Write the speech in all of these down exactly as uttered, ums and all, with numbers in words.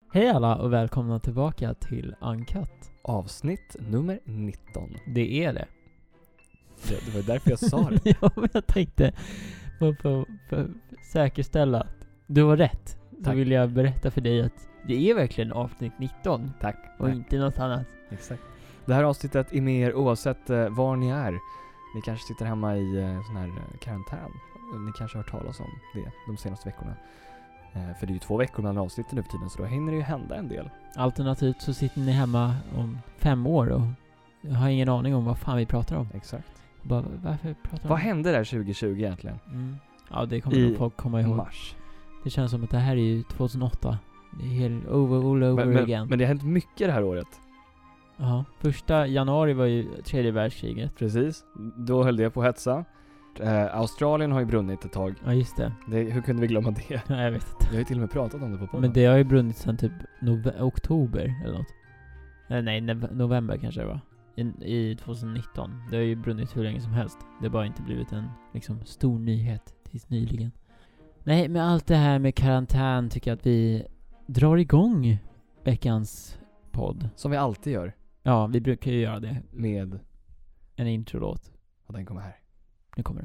Hej alla och välkomna tillbaka till Uncut. Avsnitt nummer nitton. Det är det. Det, det var därför jag sa det. Ja, men jag tänkte för, för, för säkerställa att du har rätt. Så Tack. vill jag berätta för dig att det är verkligen avsnitt nitton. Tack. Och Tack. inte något annat. Exakt. Det här avsnittet är med er oavsett eh, var ni är. Ni kanske sitter hemma i eh, sån här eh, karantän. Ni kanske har hört talas om det de senaste veckorna. Eh, för det är ju två veckor mellan avsnitten nu för tiden, så då hinner det ju hända en del. Alternativt så sitter ni hemma om fem år och jag har ingen aning om vad fan vi pratar om. Exakt. Bara, varför pratar Vad om? hände där tjugo tjugo egentligen? Mm. Ja, det kommer I nog folk komma ihåg. Mars. Det känns som att det här är ju tjugohundraåtta. Det är helt over, all over Men, men, again. men det har hänt mycket det här året. Ja, första januari var ju tredje världskriget. Precis. Då höll det på att hetsa. Eh, Australien har ju brunnit ett tag. Ja, just det. Det, hur kunde vi glömma det? Ja, jag vet inte. Vi har ju till och med pratat om det på podden. Men det har ju brunnit sedan typ nove- oktober eller något. Nej, nej nov- november kanske det var. I, I tjugonitton. Det har ju brunnit hur länge som helst. Det har bara inte blivit en liksom stor nyhet tills nyligen. Nej, med allt det här med karantän tycker jag att vi drar igång veckans podd. Som vi alltid gör. Ja, vi brukar ju göra det. Med... En introlåt. Och den kommer här. Nu kommer den.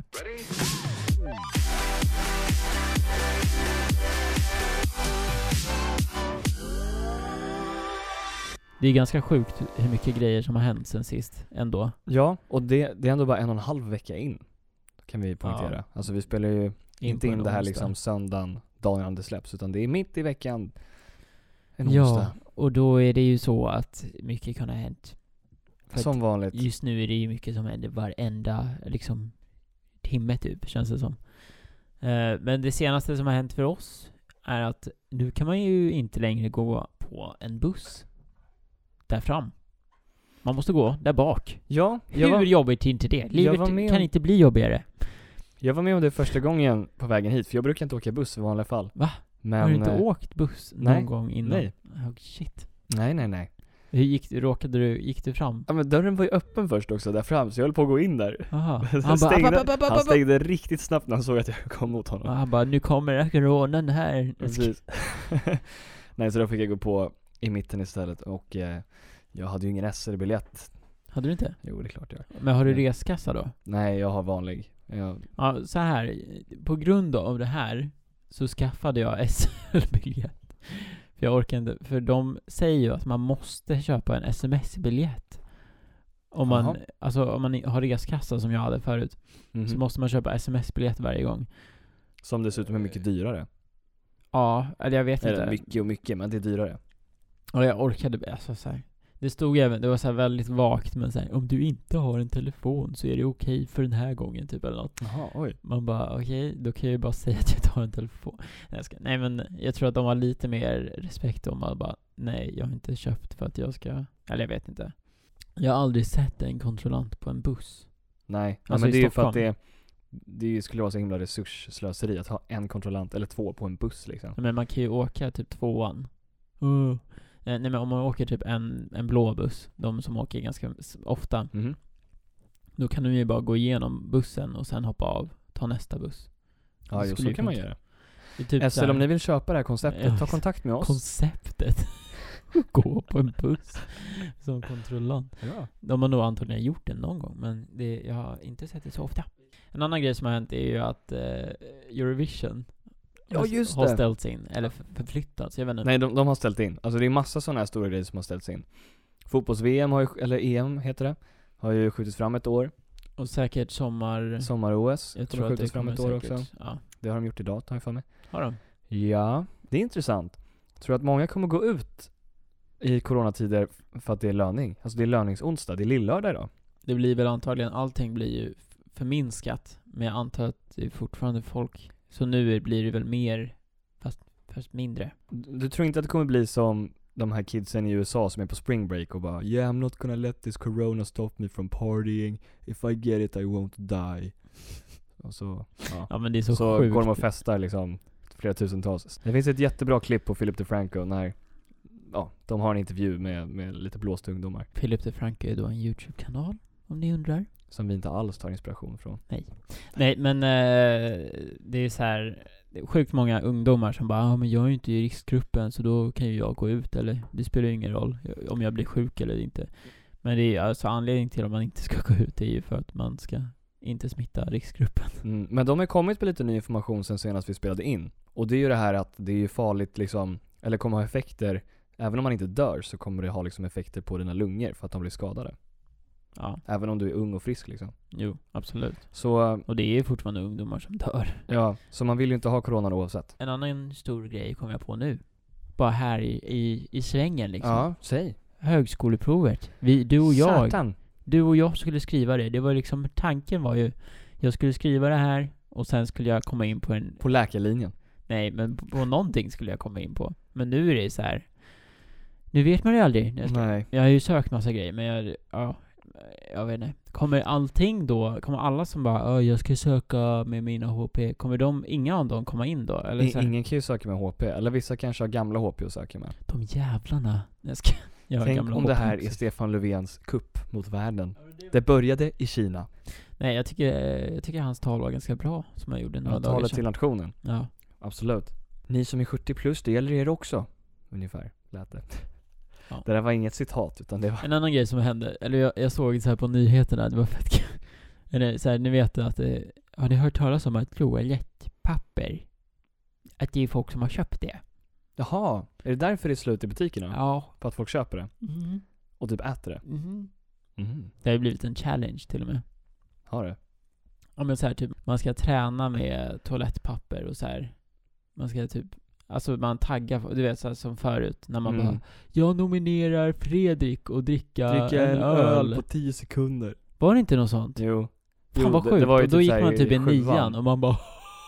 Det är ganska sjukt hur mycket grejer som har hänt sen sist ändå. Ja, och det, det är ändå bara en och en halv vecka in. Kan vi poängtera. Ja. Alltså vi spelar ju In inte på in en det här onsdag. liksom söndagen, dagen innan det släpps. Utan det är mitt i veckan. En Ja, onsdag. och då är det ju så att mycket kan ha hänt. För Som att vanligt. just nu är det ju mycket som händer varenda liksom timme typ, känns det som. Eh, men det senaste som har hänt för oss är att nu kan man ju inte längre gå på en buss där fram. Man måste gå där bak. Ja, Hur jag var, jobbigt är inte det? Livet var med kan om- inte bli jobbigare. jag var med om det första gången på vägen hit. För jag brukar inte åka buss i vanliga fall. Va? Men, har du inte eh, åkt buss någon nej, gång innan? nej. Oh, shit. Nej, nej, nej. Hur gick du, råkade du, gick du fram? Ja, men dörren var ju öppen först också där fram. Så jag höll på att gå in där. Aha. Han, Han stängde, bara, "App, app, app, app, han app." stängde riktigt snabbt när han såg att jag kom mot honom. Och han bara, nu kommer rånen här. Precis. Nej, så då fick jag gå på i mitten istället. Och eh, jag hade ju ingen S R-biljett. Hade du inte? Jo, det är klart jag har. Men har du Nej. reskassa då? Nej, jag har vanlig. Jag, Ja, så här. På grund av det här så skaffade jag S L-biljett. För jag orkar inte. För de säger ju att man måste köpa en S M S-biljett. Om man, Jaha. alltså, om man har reskassa som jag hade förut. mhm. Så måste man köpa S M S-biljett varje gång. Som dessutom är mycket dyrare. Ja, eller jag vet Eller inte. mycket och mycket, men det är dyrare. Och jag orkade, alltså så här. Det stod även, det var så här väldigt vagt, men så här, om du inte har en telefon så är det okej för den här gången typ eller något. Jaha, oj. Man bara, okej, då kan jag ju bara säga att jag tar en telefon. Nej, jag ska, nej men jag tror att de har lite mer respekt om att bara, nej, jag har inte köpt för att jag ska, eller jag vet inte. Jag har aldrig sett en kontrollant på en buss. Nej, ja, Alltså men i det är ju för att Stockholm. det, det skulle vara så himla resursslöseri att ha en kontrollant eller två på en buss liksom. Men man kan ju åka typ tvåan. Uh. Nej men om man åker typ en, en blå buss, de som åker ganska s- ofta, Mhm. då kan du ju bara gå igenom bussen och sen hoppa av, ta nästa buss. Ja, Det just skulle så ju kan man funka. göra. Det är typ S L, så här- om ni vill köpa det här konceptet, Ja, ta kontakt med oss. konceptet. Gå på en buss som kontrollant. Ja. De har nog antagligen gjort det någon gång, men det, jag har inte sett det så ofta. En annan grej som har hänt är ju att eh, Eurovision Ja, har- just har det. ställts in, eller för, förflyttats, jag vet inte. Nej, de, de har ställt in. Alltså det är massa sådana här stora grejer som har ställts in. Fotbolls-V M har ju, eller E M heter det, har ju skjutits fram ett år. Och säkert sommar... Sommar-O S jag kommer tror att det skjutits fram kommer ett år säkert. också. Ja. Det har de gjort idag, tar jag för mig. Har de? Ja, det är intressant. Jag tror att många kommer gå ut i coronatider för att det är löning. Alltså det är löningsonsdag, det är lillördag idag. Det blir väl antagligen, allting blir ju f- förminskat. Men jag antar att det är fortfarande folk. Så nu blir det väl mer, fast, fast mindre. Du, du tror inte att det kommer bli som de här kidsen i U S A som är på spring break och bara yeah, I'm not gonna let this corona stop me from partying. If I get it I won't die. Och så, ja. Ja men det är så, så sjukt. går de och festar liksom flera tusentals. Det finns ett jättebra klipp på Philip DeFranco när ja, de har en intervju med, med lite blåsta ungdomar Philip DeFranco är då en YouTube-kanal, om ni undrar. som vi inte alls tar inspiration från. Nej, men eh, det är så här. det är sjukt många ungdomar som bara, ja men jag är ju inte i riskgruppen så då kan ju jag gå ut, eller det spelar ju ingen roll om jag blir sjuk eller inte. Men det är alltså anledningen till att man inte ska gå ut är ju för att man ska inte smitta riskgruppen. Mm, men de har kommit med lite ny information sen senast vi spelade in. Och det är ju det här att det är ju farligt liksom, eller kommer ha effekter, även om man inte dör så kommer det ha liksom effekter på dina lungor för att de blir skadade. Ja. Även om du är ung och frisk liksom. Jo, absolut. Så, och det är fortfarande ungdomar som dör. Ja, så man vill ju inte ha corona oavsett. En annan stor grej kom jag på nu. Bara här i, i, i svängen liksom. Ja, säg. Högskoleprovet. Vi, du och jag. Satan. Du och jag skulle skriva det. Det var liksom, tanken var ju, jag skulle skriva det här och sen skulle jag komma in på en... På läkarlinjen. Nej, men på, på någonting skulle jag komma in på. Men nu är det så här. Nu vet man ju aldrig. Jag, ska, Nej. jag har ju sökt massa grejer, men jag, ja, jag vet inte. Kommer allting då, kommer alla som bara, jag ska söka med mina H P, kommer de, inga av dem komma in då? Eller I, så här, ingen kan ju söka med H P. Eller vissa kanske har gamla H P att söka med. de jävlarna. Jag ska, jag har Tänk gamla om H P det här också. är Stefan Löfvens kupp mot världen. Det började i Kina. Nej, jag tycker, jag tycker hans tal var ganska bra, som jag gjorde några Ja, dagar talet sedan. till nationen. Ja. Absolut. Ni som är sjuttio plus, det gäller er också. Ungefär, lät det. Ja. Det där var inget citat, utan det var... En annan grej som hände, eller jag, jag såg så här på nyheterna, det var fett kul. Eller så här, ni vet att det, har ni hört talas om att toalettpapper, att det är folk som har köpt det? Jaha, är det därför det är slut i butikerna? Ja. För att folk köper det? Mm. Och typ äter det? Mm. Mhm. Det har ju blivit en challenge till och med. Har det? Ja, men så här, typ, man ska träna med toalettpapper och så här. Man ska typ, alltså man taggar, du vet så här, som förut när man Mm. bara, jag nominerar Fredrik och dricka, Dricka en, öl. på tio sekunder. Var det inte något sånt? Jo. Fan Jo, vad det- sjukt. det var ju och då typ gick så här man typ i sjuan. nian och man bara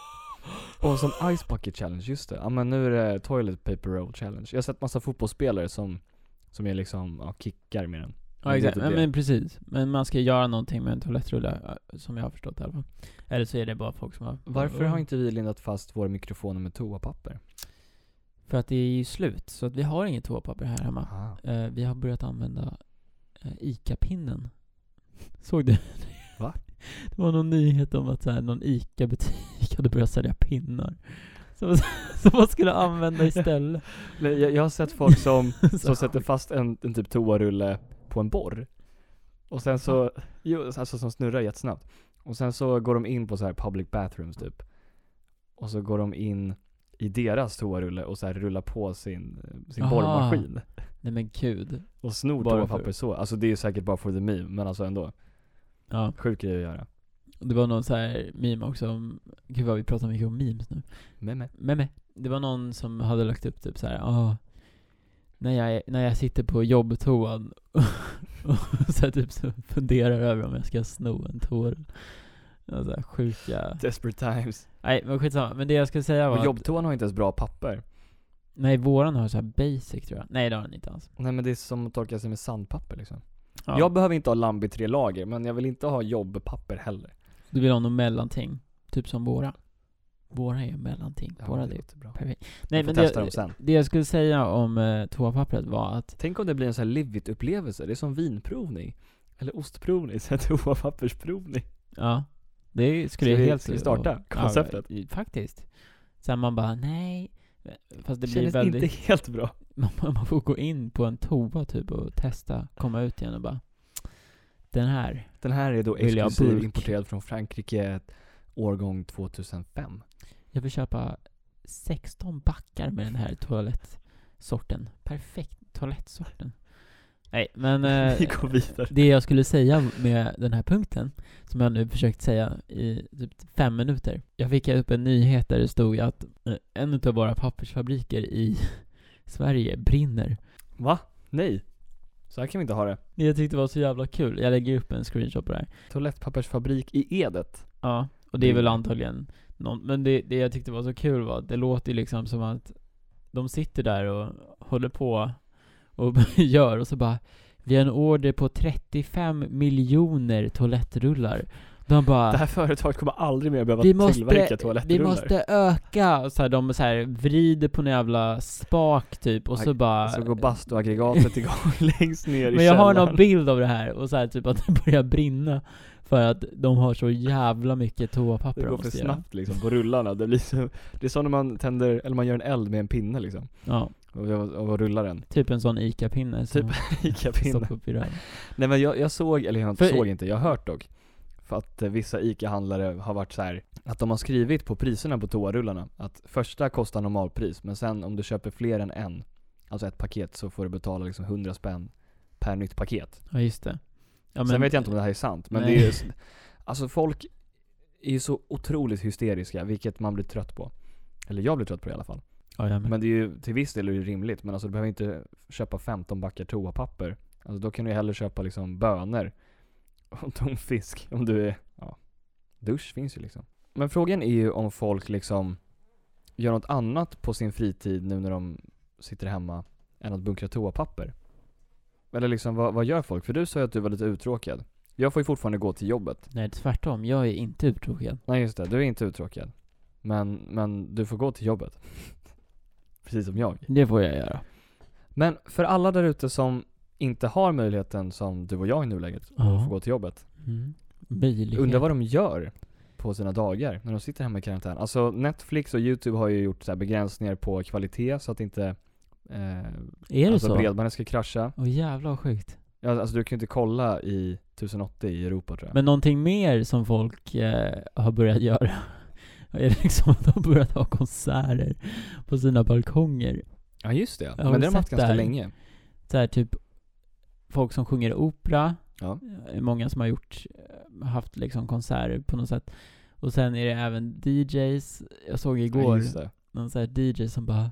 Och som Ice Bucket Challenge, just det. Ja, men nu är det Toilet Paper Roll Challenge. Jag har sett massa fotbollsspelare som Som är liksom, ja, kickar med den. Ja, det är exakt. typ Ja, det. men precis. Men man ska göra någonting med en toalettrulle, ja, som jag har förstått i alla fall. Eller så är det bara folk som har... Varför har inte vi lindat fast våra mikrofoner med toapapper? För att det är ju slut, så att vi har inget toapapper här hemma. Aha. Eh, vi har börjat använda eh, ICA-pinnen. Såg du? Va? Det var någon nyhet om att så här, någon ICA-butik hade börjat sälja pinnar. Som, som man skulle använda istället. Nej, jag, jag har sett folk som, Så som sätter fast en, en typ toarulle på en borr. Och sen så, jo, alltså som snurrar jättesnabbt. Och sen så går de in på så här public bathrooms typ. Och så går de in i deras toarulle och så här rullar på sin, sin Aha. borrmaskin. Nej men gud. Och snor Bara toapapper för- så. Alltså det är säkert bara för the meme, men alltså ändå. Ja. Sjuk grej att göra. Det var någon så här meme också om, gud vad vi pratar mycket om memes nu. Meme. Meme. Det var någon som hade lagt upp typ så här, ah, när jag när jag sitter på jobbtoan och så här, typ så funderar över om jag ska sno en toa. Alltså här, sjuka. Desperate times. Nej, men skitsamma. Men det jag skulle säga var Och att, jobbtoan har inte ens bra papper. nej, våran har så här basic tror jag. Nej, det har den inte alls. Nej, men det är som att torka sig med sandpapper liksom. Ja. Jag behöver inte ha lamb i tre lager, men jag vill inte ha jobbpapper heller. Du vill ha någon mellanting, typ som våra. Våra är mellanting. Ja, våra det det är låter bra. perfekt. Jag Nej, får men testa det, dem sen. det jag skulle säga om eh, toapappret var att Tänk om det blir en sån här live-it-upplevelse. Det är som vinprovning. Eller ostprovning, så här toapappersprovning. ja, det skulle Ska jag vi- helt ska vi starta konceptet? Ja, faktiskt. Sen man bara, nej. Fast det Det blir kändes väldigt... inte helt bra. Man, man får gå in på en toa typ och testa, komma ut igen och bara, den här. Den här är då Vill jag exklusiv, burk? importerad från Frankrike, årgång tvåtusenfem. Jag vill köpa sexton backar med den här toalettsorten. Perfekt toalettsorten. Nej, men eh, Vi går vidare. det jag skulle säga med den här punkten, som jag nu försökt säga i typ fem minuter. Jag fick upp en nyhet där det stod att eh, en av våra pappersfabriker i Sverige brinner. Va? Nej. Så här kan vi inte ha det. Det jag tyckte var så jävla kul. Jag lägger upp en screenshot på det här. Toalettpappersfabrik i Edet. Ja, och det är väl Brinner. antagligen någon, men det, det jag tyckte var så kul var att det låter ju liksom som att de sitter där och håller på och gör, och så bara, vi har en order på trettiofem miljoner toalettrullar. De bara, det här företaget kommer aldrig mer behöva vi tillverka måste, toalettrullar. vi måste öka. Och så här, de så här vrider på en jävla spak typ. Och så bara... Så går bastuaggregatet igång längst ner i Men jag har källaren. någon bild av det här. Och så här, typ att det börjar brinna. För att de har så jävla mycket toapapper. Det går de för måste göra. snabbt liksom på rullarna. Det blir så, det är som när man tänder, eller man gör en eld med en pinne liksom. Ja, Och, och, och rullar den. typ en sån Ica-pinne. som Typ Ica-pinne. stoppar upp i röven. Nej men jag, jag såg, eller jag För- såg inte, jag har hört dock. För att eh, vissa Ica-handlare har varit så här att de har skrivit på priserna på toarullarna att första kostar normalpris, men sen om du köper fler än en, alltså ett paket, så får du betala liksom hundra spänn per nytt paket. Ja, just det. Ja, Sen vet jag inte om det här är sant, men Nej. det är ju, alltså folk är ju så otroligt hysteriska, vilket man blir trött på. Eller jag blir trött på det i alla fall. Ja, jag med. Men det är ju, till viss del är det rimligt, men alltså du behöver inte köpa femton backar toapapper. Alltså då kan du hellre köpa liksom bönor och tonfisk om du är, ja, dusch finns ju liksom. Men frågan är ju om folk liksom gör något annat på sin fritid nu när de sitter hemma än att bunkra toapapper. Eller liksom, vad, vad gör folk? För du sa ju att du var lite uttråkad. Jag får ju fortfarande gå till jobbet. Nej, tvärtom. Jag är inte uttråkad. Nej just det, du är inte uttråkad. Men, men du får gå till jobbet. Precis som jag. Det får jag göra. Men för alla där ute som inte har möjligheten som du och jag i nuläget Ja. att få gå till jobbet. Mm. Möjlighet. Undrar vad de gör på sina dagar när de sitter hemma i karantän. Alltså Netflix och YouTube har ju gjort så här begränsningar på kvalitet så att inte eh, Är det alltså så? bredbandet ska krascha. Åh jävla vad sjukt. Ja, alltså du kan ju inte kolla i tusen åttio i Europa tror jag. Men någonting mer som folk eh, har börjat göra är liksom att de har börjat ha konserter på sina balkonger. Ja just det, Har men du det har de haft sett ganska det här? länge. Så här typ folk som sjunger opera. Ja. Eh, Många som har gjort haft liksom konserter på något sätt. Och sen är det även D Js. Jag såg Ja, igår just det. någon sån här D J som bara,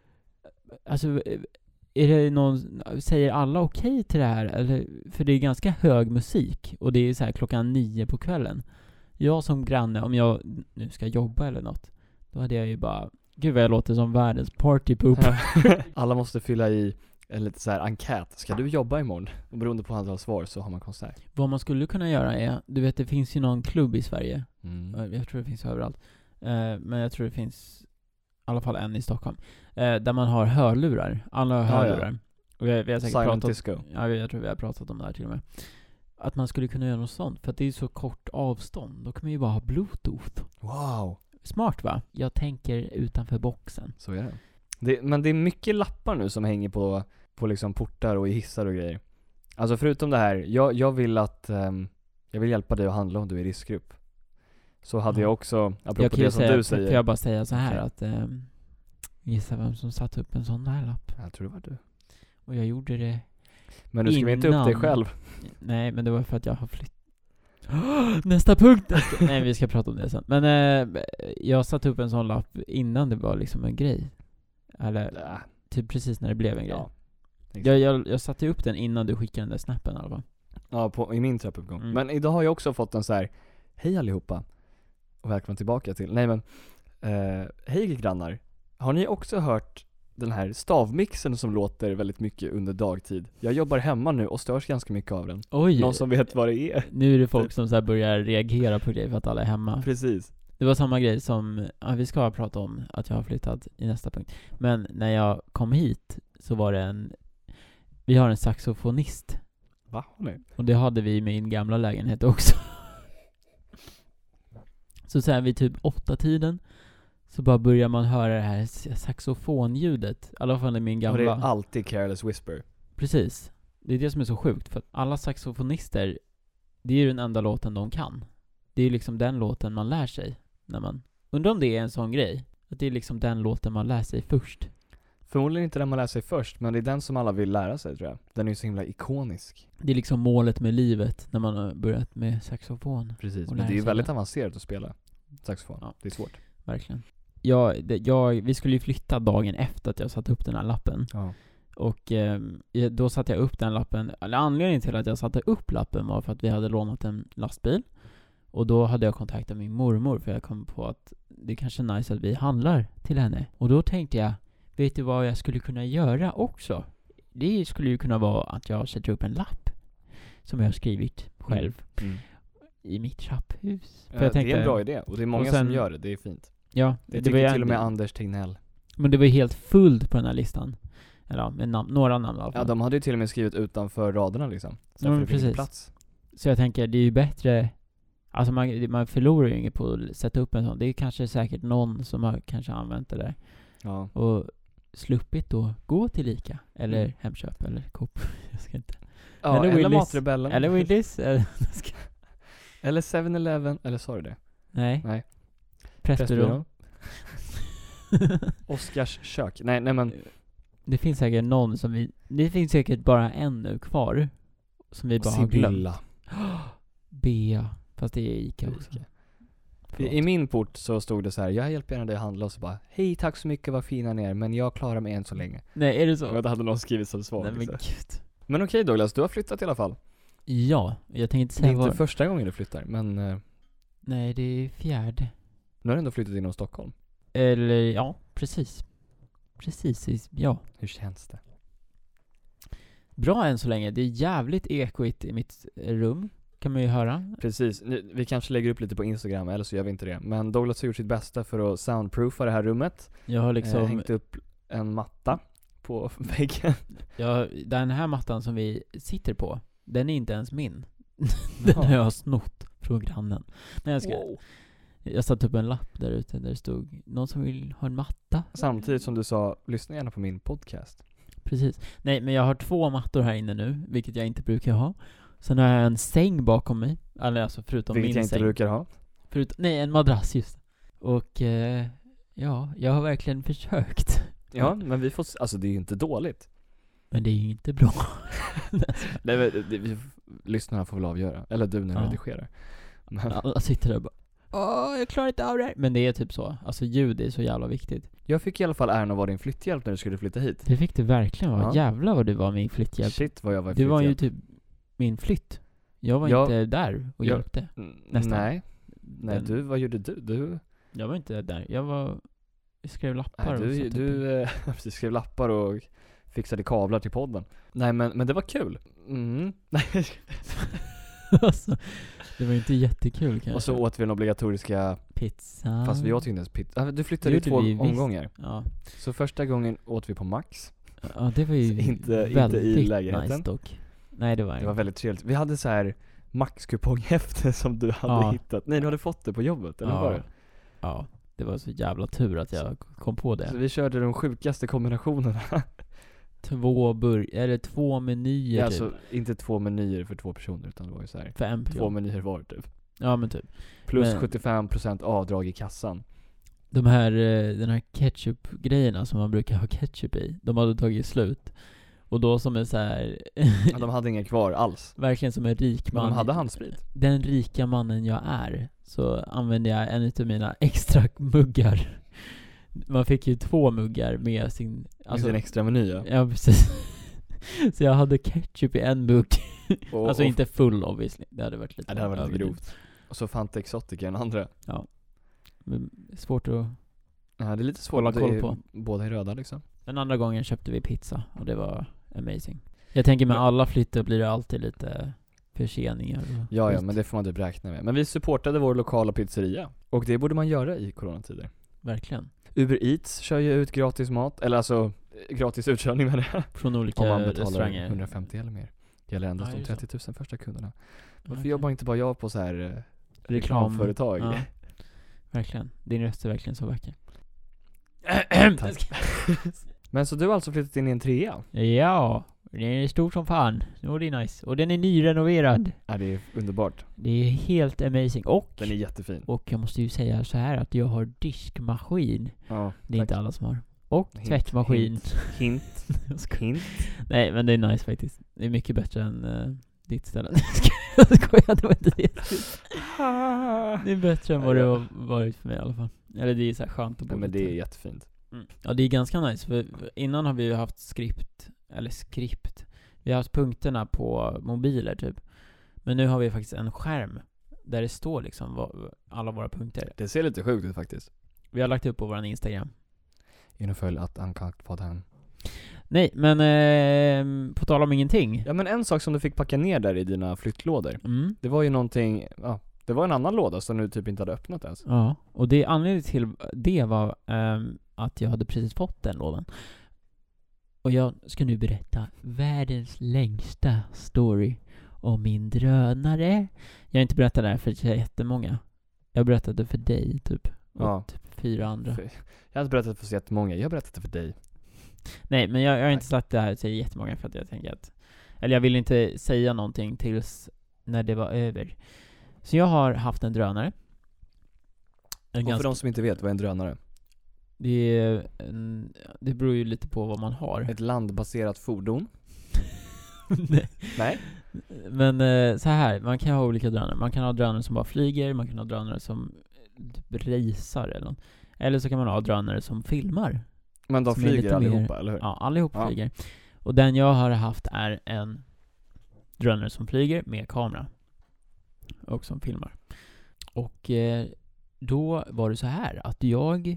alltså är det någon, säger alla okej till det här? Eller, för det är ganska hög musik och det är så här klockan nio på kvällen. Jag som granne, om jag nu ska jobba eller något, då hade jag ju bara, gud vad jag låter som världens partypoop. Alla måste fylla i en lite så här enkät. Ska du jobba imorgon? Och beroende på antal svar så har man konsert. Vad man skulle kunna göra är, du vet det finns ju någon klubb i Sverige. Mm. Jag tror det finns överallt. Eh, men jag tror det finns i alla fall en i Stockholm. Eh, där man har hörlurar. Alla har Ja, ja. hörlurar. Och vi, vi har säkert Silent pratat, disco. ja, jag tror vi har pratat om det här till och med. Att man skulle kunna göra något sånt. För att det är så kort avstånd. Då kan man ju bara ha bluetooth. Wow. Smart va? Jag tänker utanför boxen. Så är det. det. Men det är mycket lappar nu som hänger på, på liksom portar och i hissar och grejer. Alltså förutom det här, jag, jag vill att um, jag vill hjälpa dig att handla om du är i riskgrupp. Så hade Ja. jag också, apropå Jag kan ju det som säga, du säger. får jag bara säga så här Okej. att ehm, gissa vem som satte upp en sån där lapp. Jag tror det var du. Och jag gjorde det. Men du skrev inte upp dig Innan. själv. Nej, men det var för att jag har flytt. Nästa punkt! Nej, vi ska prata om det sen. Men eh, jag satte upp en sån lapp innan det var liksom en grej. Eller Nä. typ precis när det blev en grej. Ja. Jag, jag, jag satte upp den innan du skickade den där snappen i alla fall. Ja, på, i min trappuppgång. Mm. Men idag har jag också fått en så här: hej allihopa. Och välkomna tillbaka till, nej men, eh, hej grannar. Har ni också hört den här stavmixen som låter väldigt mycket under dagtid? Jag jobbar hemma nu och störs ganska mycket av den. Oj! Någon som vet vad det är? Nu är det folk som så här börjar reagera på grejer för att alla är hemma. Precis. Det var samma grej som, ja, vi ska prata om att jag har flyttat i nästa punkt. Men när jag kom hit så var det en, vi har en saxofonist. Va? Nej. Och det hade vi i min gamla lägenhet också. Så sen vid typ åtta tiden så bara börjar man höra det här saxofonljudet. I alla fall i min Och gamla. det är alltid Careless Whisper. Precis. Det är det som är så sjukt. För att alla saxofonister, det är ju den enda låten de kan. Det är liksom den låten man lär sig. När man, undrar om det är en sån grej. Att det är liksom den låten man lär sig först. Förmodligen inte den man lär sig först, men det är den som alla vill lära sig tror jag. Den är ju så himla ikonisk. Det är liksom målet med livet när man har börjat med saxofon. Precis, Och men det är ju lära sig väldigt det. avancerat att spela saxofon. Ja. Det är svårt. Verkligen. Jag, det, jag, vi skulle ju flytta dagen efter att jag satte upp den här lappen. Ja. Och eh, då satte jag upp den lappen. Eller anledningen till att jag satte upp lappen var för att vi hade lånat en lastbil. Och då hade jag kontaktat min mormor för jag kom på att det är kanske är nice att vi handlar till henne. Och då tänkte jag, vet du vad jag skulle kunna göra också? Det skulle ju kunna vara att jag sätter upp en lapp som jag har skrivit själv. Mm. i mitt trapphus. För Ja, jag tänkte, det är en bra idé och det är många och sen- som gör det, det är fint. Ja, Det, det, tycker var ju till och med en- Anders Tegnell. Men det var ju helt fullt på den här listan. Eller ja, med namn, några namn i alla fall. Ja, de hade ju till och med skrivit utanför raderna liksom. Så Ja, men det fick inte precis. plats. Så jag tänker, det är ju bättre. Alltså man, man förlorar ju inget på att sätta upp en sån. Det är kanske säkert någon som har kanske använt det där. Ja. Och sluppit då gå till Ica. Eller Mm. Hemköp. Eller Coop. Jag ska inte. Ja, Eller eller, Willys. Matrebellen. Eller Willys. Eller, Eller seven eleven, eller sa du det? nej. Nej. Pressbyrån. Oscars kök. Nej, nej men Det finns säkert någon som vi... Det finns säkert bara en nu kvar. Som vi bara har glömt. Sibylla. Bea. Fast det är Ica också. Ica. I, Förlåt. I min port så stod det så här: jag hjälper gärna dig att handla, och så bara hej, tack så mycket, vad fina ni är, men jag klarar mig än så länge. Nej, är det så? Och det hade någon skrivit som svar. Nej men liksom. gud. Men okej Douglas, du har flyttat i alla fall. Ja, jag tänkte inte Det är säga inte var... första gången du flyttar, men eh, Nej, det är fjärde. nu har du ändå flyttat inom Stockholm. Eller, ja, precis. Precis, ja. Hur känns det? Bra än så länge. Det är jävligt ekoigt i mitt rum. Kan man ju höra. Precis, nu, vi kanske lägger upp lite på Instagram, eller så gör vi inte det. Men Douglas har gjort sitt bästa för att soundproofa det här rummet. Jag har Liksom, liksom... eh, hängt upp en matta på väggen. jag, den här mattan som vi sitter på, den är inte ens min. Den Jaha. har jag snott från grannen. Nej, jag ska... Wow. Jag satte upp en lapp där ute där det stod någon som vill ha en matta. Samtidigt som du sa, lyssna gärna på min podcast. Precis. Nej, men jag har två mattor här inne nu, vilket jag inte brukar ha. Sen har jag en säng bakom mig. Eller alltså förutom Vilket min jag inte säng. brukar ha. Förut, nej, en madrass just. Och eh, ja, jag har verkligen försökt. Ja, men vi får s- alltså det är ju inte dåligt. Men det är ju inte bra. Nej, men det, det, vi, lyssnarna får väl avgöra. Eller du när du Ja. redigerar. Men Alla sitter där och bara, åh, jag klarar inte av det här. Men det är typ så. Alltså ljud är så jävla viktigt. jag fick i alla fall äran att vara din flytthjälp när du skulle flytta hit. Det fick du verkligen vara. Ja. Jävlar vad du var min flytthjälp. Shit vad jag var Du var ju flytthjälp. typ min flytt. Jag var Jag- inte där och jag- hjälpte. Mm, nästan. Nej, nej Men du, vad gjorde du? Du, Jag var inte där. Jag var... Jag skrev lappar nej, och du, satte upp. du eh, precis, skrev lappar och fixade kablar till podden. Nej men, men det var kul. Mm. Alltså, det var inte jättekul kanske. Och så åt vi den obligatoriska, pizza. fast vi åt ju inte ens pizza. Ah, du flyttade i Gjorde två vi visst. omgångar. Ja. Så första gången åt vi på Max. Ja, det var ju Så inte- inte i väldigt lägenheten. nice dock. Nej, det var Det var väldigt trevligt. Vi hade så här Max-kuponghäfte som du hade Ja. hittat. Nej, du hade fått det på jobbet, eller ja. var det? Ja, det var så jävla tur att jag kom på det. Så vi körde de sjukaste kombinationerna. Två bur eller två menyer Ja, typ. alltså inte två menyer för två personer, utan det var ju så här För en två person. menyer var typ. Ja, men typ. Plus Men- sjuttiofem procent avdrag i kassan. De här, eh, den här ketchup-grejerna som man brukar ha ketchup i, de hade tagit slut. Och då som en så här Ja, de hade inga kvar alls. verkligen som en rik Men man. de hade handsprit. Den rika mannen jag är, så använde jag en av mina extra muggar. Man fick ju två muggar med sin... Alltså en extra meny, ja. Ja, precis. Så jag hade ketchup i en mugg. Och, Alltså och, inte full obviously. Det hade varit lite Ja, det hade varit lite överdrivet. grovt. Och så Fanta Exotica i den andra. Men svårt att... Ja, det är lite svårt Hålla att det koll är- på. båda är röda liksom. Den andra gången köpte vi pizza och det var amazing. Jag tänker med Men- alla flyttar blir det alltid lite förseningar. Och Ja, ja, skit. men det får man typ räkna med. Men vi supportade vår lokala pizzeria. Och det borde man göra i coronatider. Verkligen. Uber Eats kör ju ut gratis mat. Eller alltså, eh, gratis utkörning med det. Från olika Om man betalar restauranger. hundrafemtio eller mer. Det gäller endast Ja, de är det så? trettio tusen första kunderna. Varför Okej. jobbar inte bara jag på så här eh, Reklam. reklamföretag? Ja. Verkligen. Din röst är verkligen så vacker. Tack. Men så du har alltså flyttat in i en trea? Ja, den är stor som fan. Och det är nice. Och den är nyrenoverad. Ja, det är underbart. Det är helt amazing. Och, Den är jättefin. och jag måste ju säga så här att jag har diskmaskin. Ja, Det är tack. inte alla som har. Och Hint, tvättmaskin. hint. Hint. Jag skojar. Hint. Nej, men det är nice faktiskt. Det är mycket bättre än uh, ditt ställe. Jag skojar, det var inte det. Det är bättre än vad det har varit för mig i alla fall. Eller det är så här skönt att bo Ja, men det lite. är jättefint. Mm. Ja, det är ganska nice. För innan har vi ju haft skript, eller skript. Vi har haft punkterna på mobiler typ. Men nu har vi faktiskt en skärm där det står liksom vad, alla våra punkter. Det ser lite sjukt ut faktiskt. Vi har lagt upp på vår Instagram. In och följ att Uncut podden. Nej, men eh, på tal om ingenting. Ja, men en sak som du fick packa ner där i dina flyttlådor. Mm. Det var ju någonting, ja, Det var en annan låda som du typ inte hade öppnat ens. Ja, och det anledningen till det var um, att jag hade precis fått den lådan. Och jag ska nu berätta världens längsta story om min drönare. Jag har inte berättat det här för jättemånga. Jag har berättat det för dig typ. Och Ja. typ fyra andra. Jag har inte berättat det för så jättemånga. Jag har berättat det för dig. Nej, men jag, jag har Nej. inte sagt det här till jättemånga för att jag tänker att... Eller jag vill inte säga någonting tills när det var över. Så jag har haft en drönare. En Och ganska, för de som inte vet, vad är en drönare? det, är en, det beror ju lite på vad man har. Ett landbaserat fordon. Nej. Nej. Men eh, så här, man kan ha olika drönare. Man kan ha drönare som bara flyger, man kan ha drönare som typ racear eller något. Eller så kan man ha drönare som filmar. Men de Som är flyger lite allihopa, mer- eller hur? Ja, allihop Ja. flyger. Och den jag har haft är en drönare som flyger med kamera. Och som filmar. Och eh, då var det så här att jag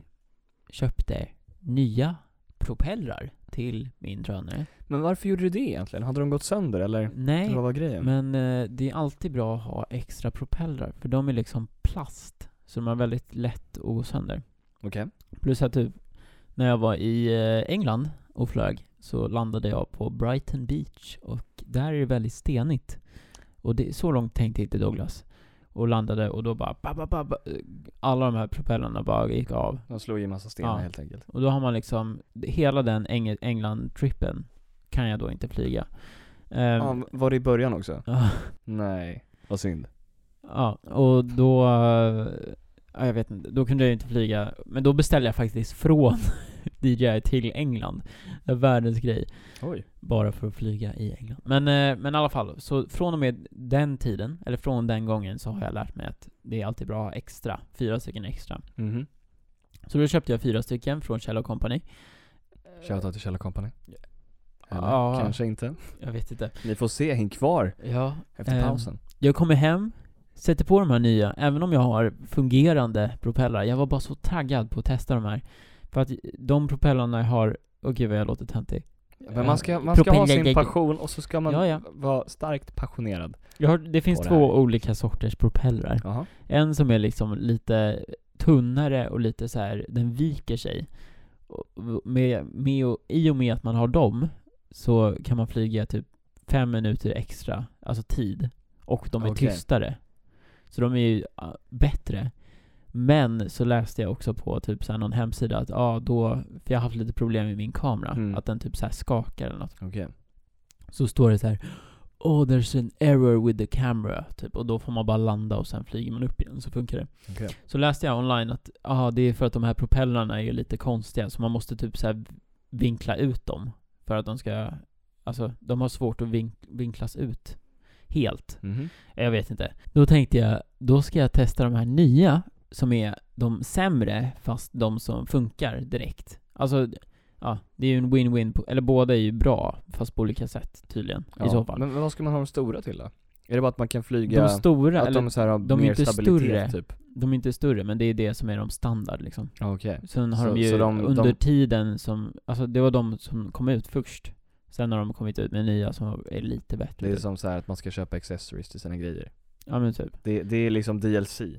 köpte nya propellrar till min drönare. Men varför gjorde du det egentligen? Hade de gått sönder, eller? Eller Nej, vad var grejen? men eh, det är alltid bra att ha extra propellrar. För de är liksom plast. Så de är väldigt lätt att gå sönder. Okej. Plus att typ när jag var i eh, England och flög så landade jag på Brighton Beach. Och där är det väldigt stenigt. Och det, så långt tänkte inte Douglas. Och landade och då bara... Ba, ba, ba, ba, alla de här propellrarna bara gick av. De slog i massa stenar Ja. helt enkelt. Och då har man liksom... Hela den Eng- England-trippen kan jag då inte flyga. Um, Ja, var det i början också? ja. Nej, vad synd. Ja, och då... eh, Ja, jag vet inte. Då kunde jag inte flyga. Men då beställde jag faktiskt från D J I till England. Det är världens grej. Oj. Bara för att flyga i England. Men, eh, men i alla fall. Så från och med den tiden, eller från den gången, så har jag lärt mig att det är alltid bra att ha extra. Fyra stycken extra. Mhm. Så då köpte jag fyra stycken från Kjell och Company. Shoutout till Kjell Company. Eller Ja. kanske inte. Jag vet inte. Ni får se, häng kvar Ja. efter ehm, pausen. Jag kommer hem, sätter på de här nya, även om jag har fungerande propellrar. Jag var bara så taggad på att testa de här. För att de propellarna jag har... Okej, okay, vad jag låter töntig. Men man ska, man ska ha sin Propeller- passion och så ska man Ja, ja. vara starkt passionerad. Jag har, det finns på det två här. olika sorters propellrar. Jaha. En som är liksom lite tunnare och lite så här, den viker sig. Och med, med och, I och med att man har dem så kan man flyga typ fem minuter extra, alltså tid. Och de är Okej. tystare. Så de är ju uh, bättre. Men så läste jag också på typ så här någon hemsida att ja, ah, då, för jag har haft lite problem med min kamera, Mm. att den typ så här skakar eller något. Okej. Så står det så här: oh, there's an error with the camera typ, och då får man bara landa och sen flyger man upp igen, så funkar det. Okej. Så läste jag online att ah, det är för att de här propellrarna är lite konstiga, så man måste typ så här vinkla ut dem för att de ska, alltså de har svårt att vink- vinklas ut helt. Mhm. Jag vet inte. Då tänkte jag, då ska jag testa de här nya som är de sämre fast de som funkar direkt. Alltså, ja, det är ju en win-win, på, eller båda är ju bra fast på olika sätt tydligen, Ja. i så fall. Men vad ska man ha de stora till då? Är det bara att man kan flyga, De stora, att eller de så här har de är mer inte stabilitet större. typ? de är inte större, men det är det som är de standard liksom. Okej. Sen har Så- de ju så de- under de- tiden som, alltså det var de som kom ut först. Sen har de kommit ut med nya som är lite bättre. Det är typ. som så här att man ska köpa accessories till sina grejer. Ja men typ. Det, det är liksom D L C,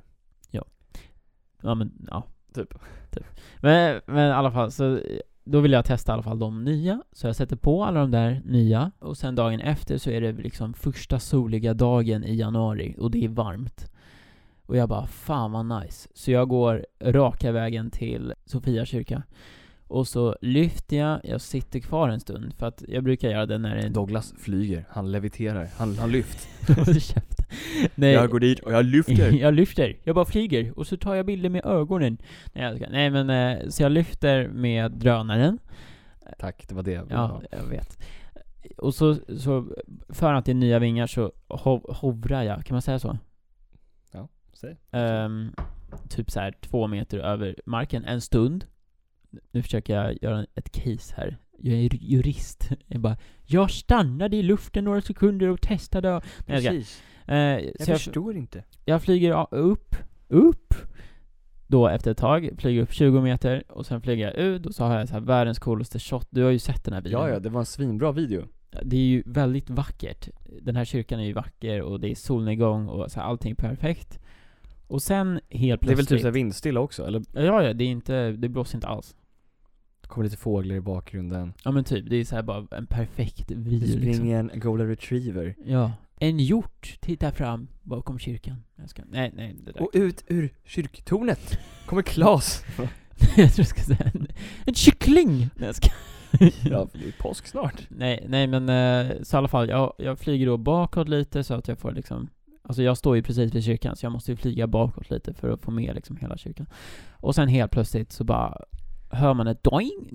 Ja men, ja. typ. Men, men i alla fall, så då vill jag testa i alla fall de nya. Så jag sätter på alla de där nya. Och sen dagen efter så är det liksom första soliga dagen i januari. Och det är varmt. Och jag bara, fan vad nice. Så jag går raka vägen till Sofia kyrka. Och så lyfter jag, jag sitter kvar en stund. För att jag brukar göra det när det är... Douglas flyger, han leviterar, han, han lyft. Käft. Nej. Jag går dit och jag lyfter. Jag lyfter. Jag bara flyger. Och så tar jag bilder med ögonen. Nej, jag ska. Nej men, eh, så jag lyfter med drönaren. Tack, det var det jag ville Ja, ha. jag vet. Och så, så för att det är nya vingar så hov, hovrar jag. Kan man säga så? Säg. Ehm, typ så här två meter över marken. En stund. Nu försöker jag göra ett case här. Jag är jurist. Jag bara, jag stannade i luften några sekunder och testade. Och... Nej, jag ska. Precis. Eh, Jag så jag, förstår inte. jag flyger a- upp, upp. Då efter ett tag flyger upp tjugo meter och sen flyger jag ut och så har jag så här världens coolaste shot. Du har ju sett den här videon. Ja, ja, det var en svinbra video. Det är ju väldigt vackert. Den här kyrkan är ju vacker och det är solnedgång och så här, allting är perfekt. Och sen helt Det är väl plötsligt... typ så här vindstilla också, eller? Ja, ja, det är inte... Det blåser inte alls. Det kommer lite fåglar i bakgrunden. Ja, men typ. Det är så här bara en perfekt Det vy, springer liksom. en golden retriever. Ja. En hjort tittar fram bakom kyrkan. Jag ska... Nej, nej, det där. Och ut ur kyrktornet kommer Klas. Jag tror jag ska säga en, en kyckling! Nej, jag ska... Ja, för det är påsk snart. Nej, nej men eh, så i alla fall, jag, jag flyger då bakåt lite så att jag får liksom... Alltså jag står ju precis vid kyrkan, så jag måste ju flyga bakåt lite för att få med liksom hela kyrkan. Och sen helt plötsligt så bara hör man ett doing.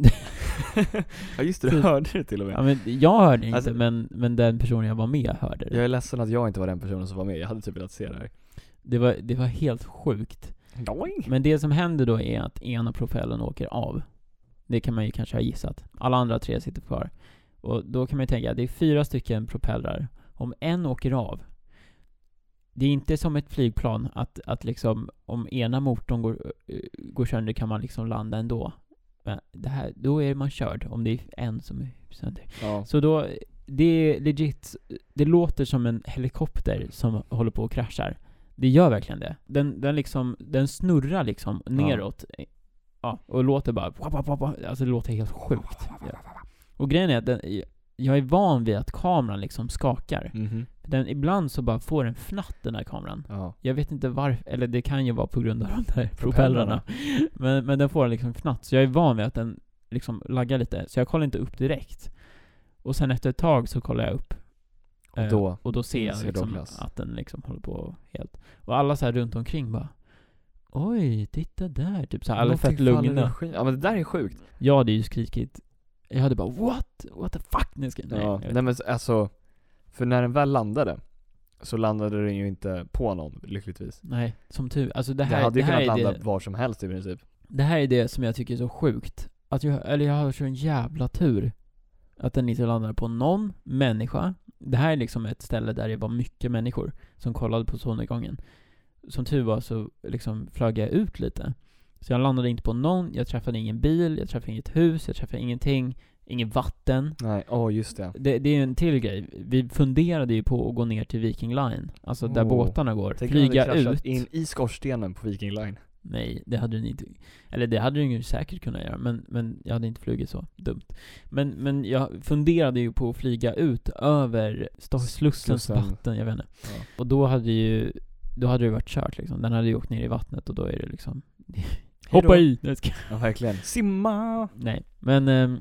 Ja just det, du hörde det till och med. Ja, men jag hörde inte, Alltså- men, men den personen jag var med hörde det. Jag är ledsen att jag inte var den personen som var med. Jag hade typ velat se det här. Det var, det var helt sjukt. Doing. Men det som händer då är att ena propellen åker av. Det kan man ju kanske ha gissat. Alla andra tre sitter kvar. Och då kan man ju tänka, det är fyra stycken propellrar. Om en åker av, det är inte som ett flygplan att, att liksom, om ena motorn går, uh, går sönder kan man liksom landa ändå. Men det här, då är man körd om det är en som är sönder. Ja. Så då, det är legit, det låter som en helikopter som håller på och kraschar. Det gör verkligen det. Den, den liksom, den snurrar liksom neråt. Ja, och låter bara, alltså det låter helt sjukt. Ja. Och grejen är att den, jag är van vid att kameran liksom skakar. Mhm. Den, ibland så bara får den fnatt, den här kameran. Ja. Jag vet inte varför, eller det kan ju vara på grund av de där Propellrarna. propellrarna. Men, men den får liksom fnatt, så jag är van vid att den liksom laggar lite. Så jag kollar inte upp direkt. Och sen efter ett tag så kollar jag upp. Och Eh, då och då ser jag ser liksom Douglas. att den liksom håller på helt. Och alla så här runt omkring bara, oj, titta där. Typ så här, alla fett Någonting faller lugna. ur skyn. Ja men det där är sjukt. Jag hade ju skrikit. Jag hade bara, what? What the fuck? Nej, ska, nej, Ja, jag vet nej men alltså, för när den väl landade så landade den ju inte på någon, lyckligtvis. Nej, som tur. Alltså det Det, här, hade ju det här kunnat är landa det, var som helst i princip. det här är det som jag tycker är så sjukt. Att jag, eller jag har så en jävla tur att den inte landade på någon människa. Det här är liksom ett ställe där det var mycket människor som kollade på solnedgången. Som tur var så liksom flög jag ut lite. Så jag landade inte på någon, jag träffade ingen bil, jag träffade inget hus, jag träffade ingenting, ingen vatten. Nej, åh oh, just det. Det, det är en till grej. Vi funderade ju på att gå ner till Viking Line. Alltså där Oh. båtarna går. Tänk om Flyga det hade kraschat ut. in i skorstenen på Viking Line. Nej, det hade ni inte. Eller det hade du ju säkert kunnat göra, men, men jag hade inte flugit så dumt. Men, men jag funderade ju på att flyga ut över Sto- Slussens Slussen. vatten, jag vet inte. Ja. Och då hade ju då hade det varit kört liksom. Den hade ju åkt ner i vattnet och då är det liksom hoppa i! Nej, ska- Ja, verkligen. Simma! Nej, men ehm,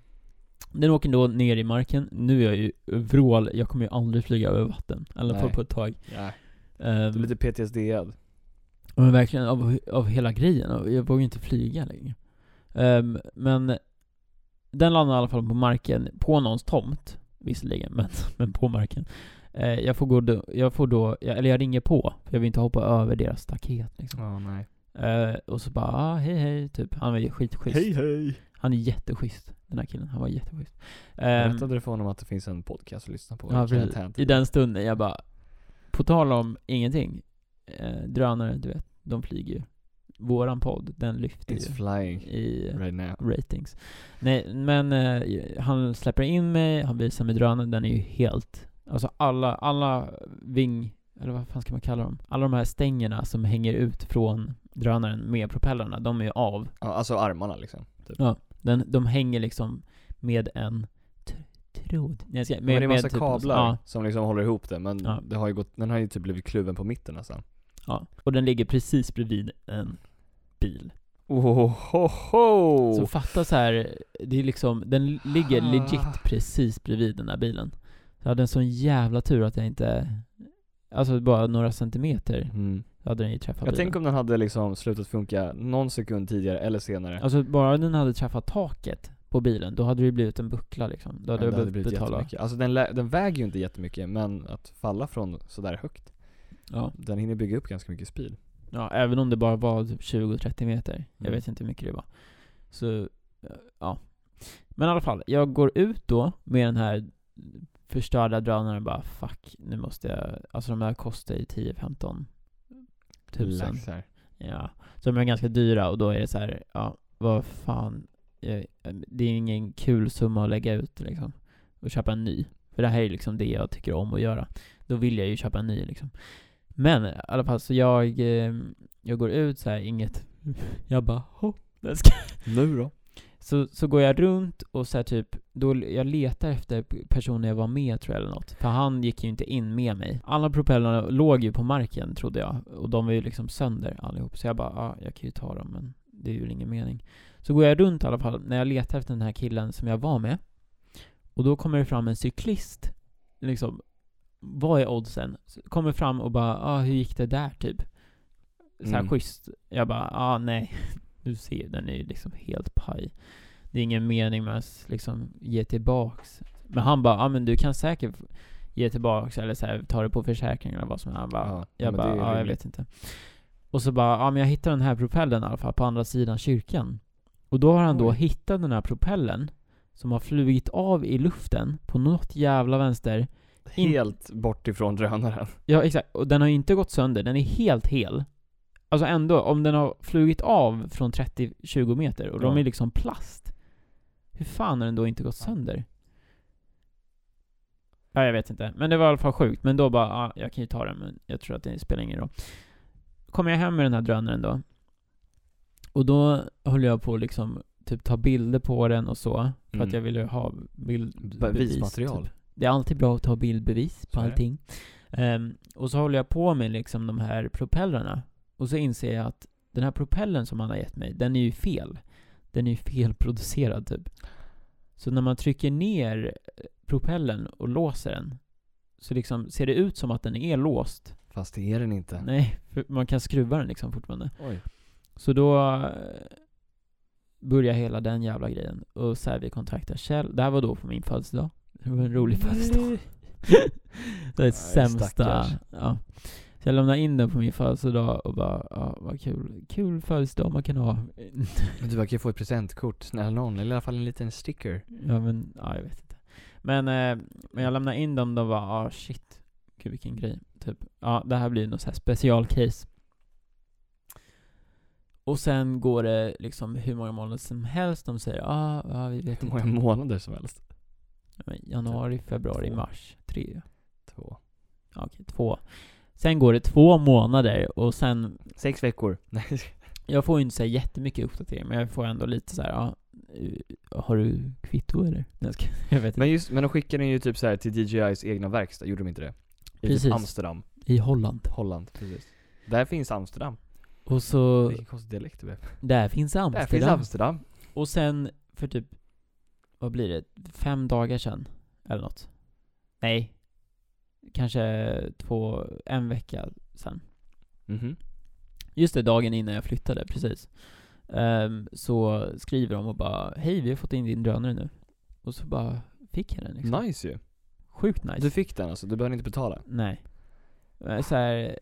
den åker då ner i marken. Nu är jag ju vrål, jag kommer ju aldrig flyga över vatten. I alla fall Nej. på ett tag. Ja. Ehm, Du är lite P T S D-ad. Men verkligen av, av hela grejen. Och jag vågar inte flyga längre. Um, men den landar i alla fall på marken. På någons tomt. Visserligen, men, men på marken. Uh, jag får gå då, jag får då, jag, eller jag ringer på. För jag vill inte hoppa över deras staket liksom. Ja, nej. Uh, och så bara, ah, hej hej. Typ, han var ju skitschysst. Hej hej! Han är jätteschysst, den här killen. Han var jätteschysst. Um, Berättade du för honom att det finns en podcast att lyssna på? ja, precis. Karantänt. I den stunden, jag bara, på tal om ingenting. Uh, drönare, du vet. De flyger ju. Våran podd, den lyfter It's ju flying i right now. ratings. Nej, men eh, han släpper in mig, han visar mig drönaren, den är ju helt, alltså alla, alla ving, eller vad fan ska man kalla dem? Alla de här stängerna som hänger ut från drönaren med propellrarna, de är ju av. Ja, alltså armarna liksom. Typ. Ja, den, de hänger liksom med en t- tråd. Nej, jag ska, med, men det är med massa typ- kablar Ja, som liksom håller ihop det, men Ja. det har ju gått, den har ju typ blivit kluven på mitten nästan. ja. Och den ligger precis bredvid en bil. Oh, ho, ho. Så fatta så här, det är liksom, den ligger Ah. legit precis bredvid den här bilen. Så jag hade en sån jävla tur att jag inte, alltså bara några centimeter Mm. hade den ju träffat Jag bilen. tänker om den hade liksom slutat funka någon sekund tidigare eller senare. Alltså bara den hade träffat taket på bilen, då hade det blivit en buckla liksom. Då hade Ja, jag det hade behövt blivit betala. jättemycket. Alltså den, lä- den väger ju inte jättemycket, men att falla från sådär högt, Ja. den hinner bygga upp ganska mycket speed. Ja, även om det bara var typ tjugo till trettio meter. Jag Mm. vet inte hur mycket det var. Så, ja. Men i alla fall, jag går ut då med den här förstörda drönaren och bara, fuck, nu måste jag, alltså de här kostar ju tio femton tusen. Laxar. Ja, så de är ganska dyra och då är det så här, ja, vad fan, jag, det är ingen kul summa att lägga ut liksom, och köpa en ny. För det här är liksom det jag tycker om att göra. Då vill jag ju köpa en ny liksom. Men i alla fall så jag eh, jag går ut så här, inget. Jag bara, oh, det ska. Nu då? Så, så går jag runt och så här typ, då jag letar efter personer jag var med tror jag eller något. För han gick ju inte in med mig. Alla propellerna låg ju på marken trodde jag. Och de var ju liksom sönder allihop. Så jag bara, ja ah, jag kan ju ta dem men det är ju ingen mening. Så går jag runt i alla fall när jag letar efter den här killen som jag var med. Och då kommer det fram en cyklist. Liksom, vad är oddsen? Kommer fram och bara, ah hur gick det där typ? Så här Mm. schysst. Jag bara, ah nej. Du ser, den är ju liksom helt paj. Det är ingen mening med att liksom ge tillbaks. Men han bara, ja ah, men du kan säkert ge tillbaks eller så här, ta det på försäkring eller vad som helst. Han bara, Ja, jag men bara, det är ja ah, jag rimligt. vet inte. Och så bara, ja ah, men jag hittade den här propellen i alla fall på andra sidan kyrkan. Och då har han då Oj. hittat den här propellen som har flugit av i luften på något jävla vänster. In- Helt bort ifrån drönaren. Ja, exakt. Och den har ju inte gått sönder. Den är helt hel. Alltså ändå, om den har flugit av från trettio till tjugo meter och Ja. de är liksom plast. Hur fan har den då inte gått sönder? Ja, jag vet inte. Men det var i alla fall sjukt. Men då bara, ja, jag kan ju ta den, men jag tror att det spelar ingen roll. Kommer jag hem med den här drönaren då. Och då håller jag på liksom typ ta bilder på den och så. För Mm. att jag ville ha bildbevis. Bevismaterial. Typ. Det är alltid bra att ta bildbevis på Så är det. allting. Um, och så håller jag på med liksom de här propellrarna. Och så inser jag att den här propellen som han har gett mig, den är ju fel. Den är ju felproducerad typ. Så när man trycker ner propellen och låser den, så liksom ser det ut som att den är låst. Fast det är den inte. Nej, för man kan skruva den liksom fortfarande. Oj. Så då eh, börjar hela den jävla grejen. Och så här, vi kontaktar Kjell. Det här var då på min födelsedag. Det var en rolig födelsedag. Det är det sämsta. stackars. Ja. Så jag lämnar in den på min födelsedag och bara, ja, vad kul. Kul födelsedag man kan ha. Men du verkar ju få ett presentkort, snälla någon. Eller i alla fall en liten sticker. Ja, men, ja, jag vet inte. Men, eh, men jag lämnar in dem och bara, ah shit. Gud, vilken grej. Typ, ja, det här blir något så här specialcase. Och sen går det liksom hur många månader som helst. De säger, ah, ja, vi vet Hur inte. många månader som helst. Ja, januari, februari, Två. mars. Tre. Två. Ja, okej, två. Sen går det två månader och sen, Sex veckor. Nej. jag får ju inte så här jättemycket uppdatering, men jag får ändå lite så här, ja, eh, har du kvitto eller? Nej, jag, ska, jag vet inte. Men just, men de skickar den ju typ så här till D J I's egna verkstad, gjorde de inte det? I Precis. typ Amsterdam, I Holland. Holland, precis. Där finns Amsterdam. Och så, Vilken konstig dialekt det blev. där finns Där Amsterdam. finns Amsterdam. Och sen, för typ, vad blir det? Fem dagar sedan, eller något. Nej. Kanske två, en vecka sedan. Mhm. Just det, dagen innan jag flyttade, precis. Ehm, så skriver de och bara, hej, vi har fått in din drönare nu. Och så bara fick jag den liksom. Nice ju. Sjukt nice. Du fick den alltså, du behöver inte betala. Nej. Men så här,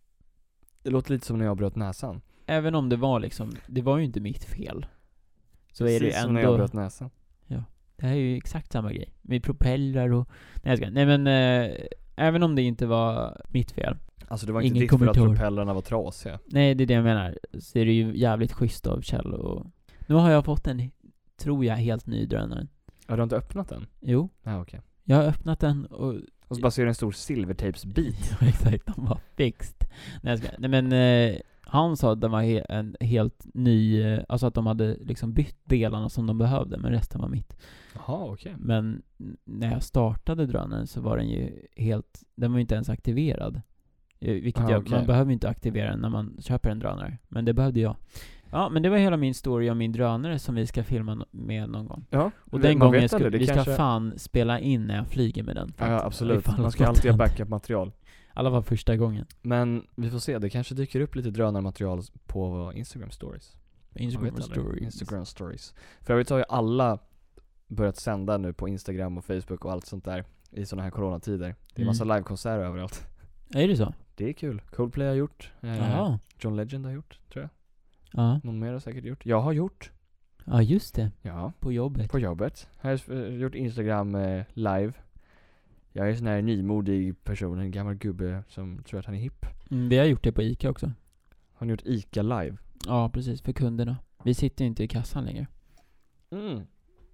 Det låter lite som när jag bröt näsan. även om det var liksom, det var ju inte mitt fel. Så är det ju Precis som när jag ändå, bröt näsan. det här är ju exakt samma grej. Med propellrar och, nej jag ska, nej men, eh, även om det inte var mitt fel. Alltså det var inte Ingen ditt för att kommentar. propellrarna var trasiga. Nej, det är det jag menar. Så är det ju jävligt schysst av Kjell och nu har jag fått en, tror jag, helt ny drönare. Har du inte öppnat den? Jo, Ja, okej. jag har öppnat den och Och så bara ser du en stor silvertejpsbit. ja, exakt, den var fixed. Nej, jag ska, nej men eh, han sa att den var he- en helt ny, eh, alltså att de hade liksom bytt delarna som de behövde, men resten var mitt. Jaha, okej. Men n- när jag startade drönaren så var den ju helt, den var ju inte ens aktiverad. Eh, Vilket Ah, jag, okej. man behöver ju inte aktivera den när man köper en drönare. Men det behövde jag. Ja, men det var hela min story om min drönare som vi ska filma no- med någon gång. Ja, Och man den gången vet ska, aldrig, det vi ska kanske- fan spela in när jag flyger med den. Ja, faktiskt. absolut. Ifall Man ska något alltid ha händer. backup-material. I alla fall första gången. Men vi får se, det kanske dyker upp lite drönarmaterial på Instagram stories. Man Instagram vet aldrig. stories. Instagram stories. För övrigt har ju alla börjat sända nu på Instagram och Facebook och allt sånt där i såna här coronatider. Det är massa Mm. livekonserter överallt. Är det så? Det är kul. Coldplay har gjort. Eh, Jaha. John Legend har gjort, tror jag. Ja. Någon mer har säkert gjort. Jag har gjort. Ja, just det. Ja, På jobbet. på jobbet. Jag har eh, gjort Instagram eh, live. Jag är en sån här nymodig person, en gammal gubbe som tror att han är hipp. Mm, vi har gjort det på Ica också. Har ni gjort Ica live? Ja, precis. För kunderna. Vi sitter ju inte i kassan längre. Mm.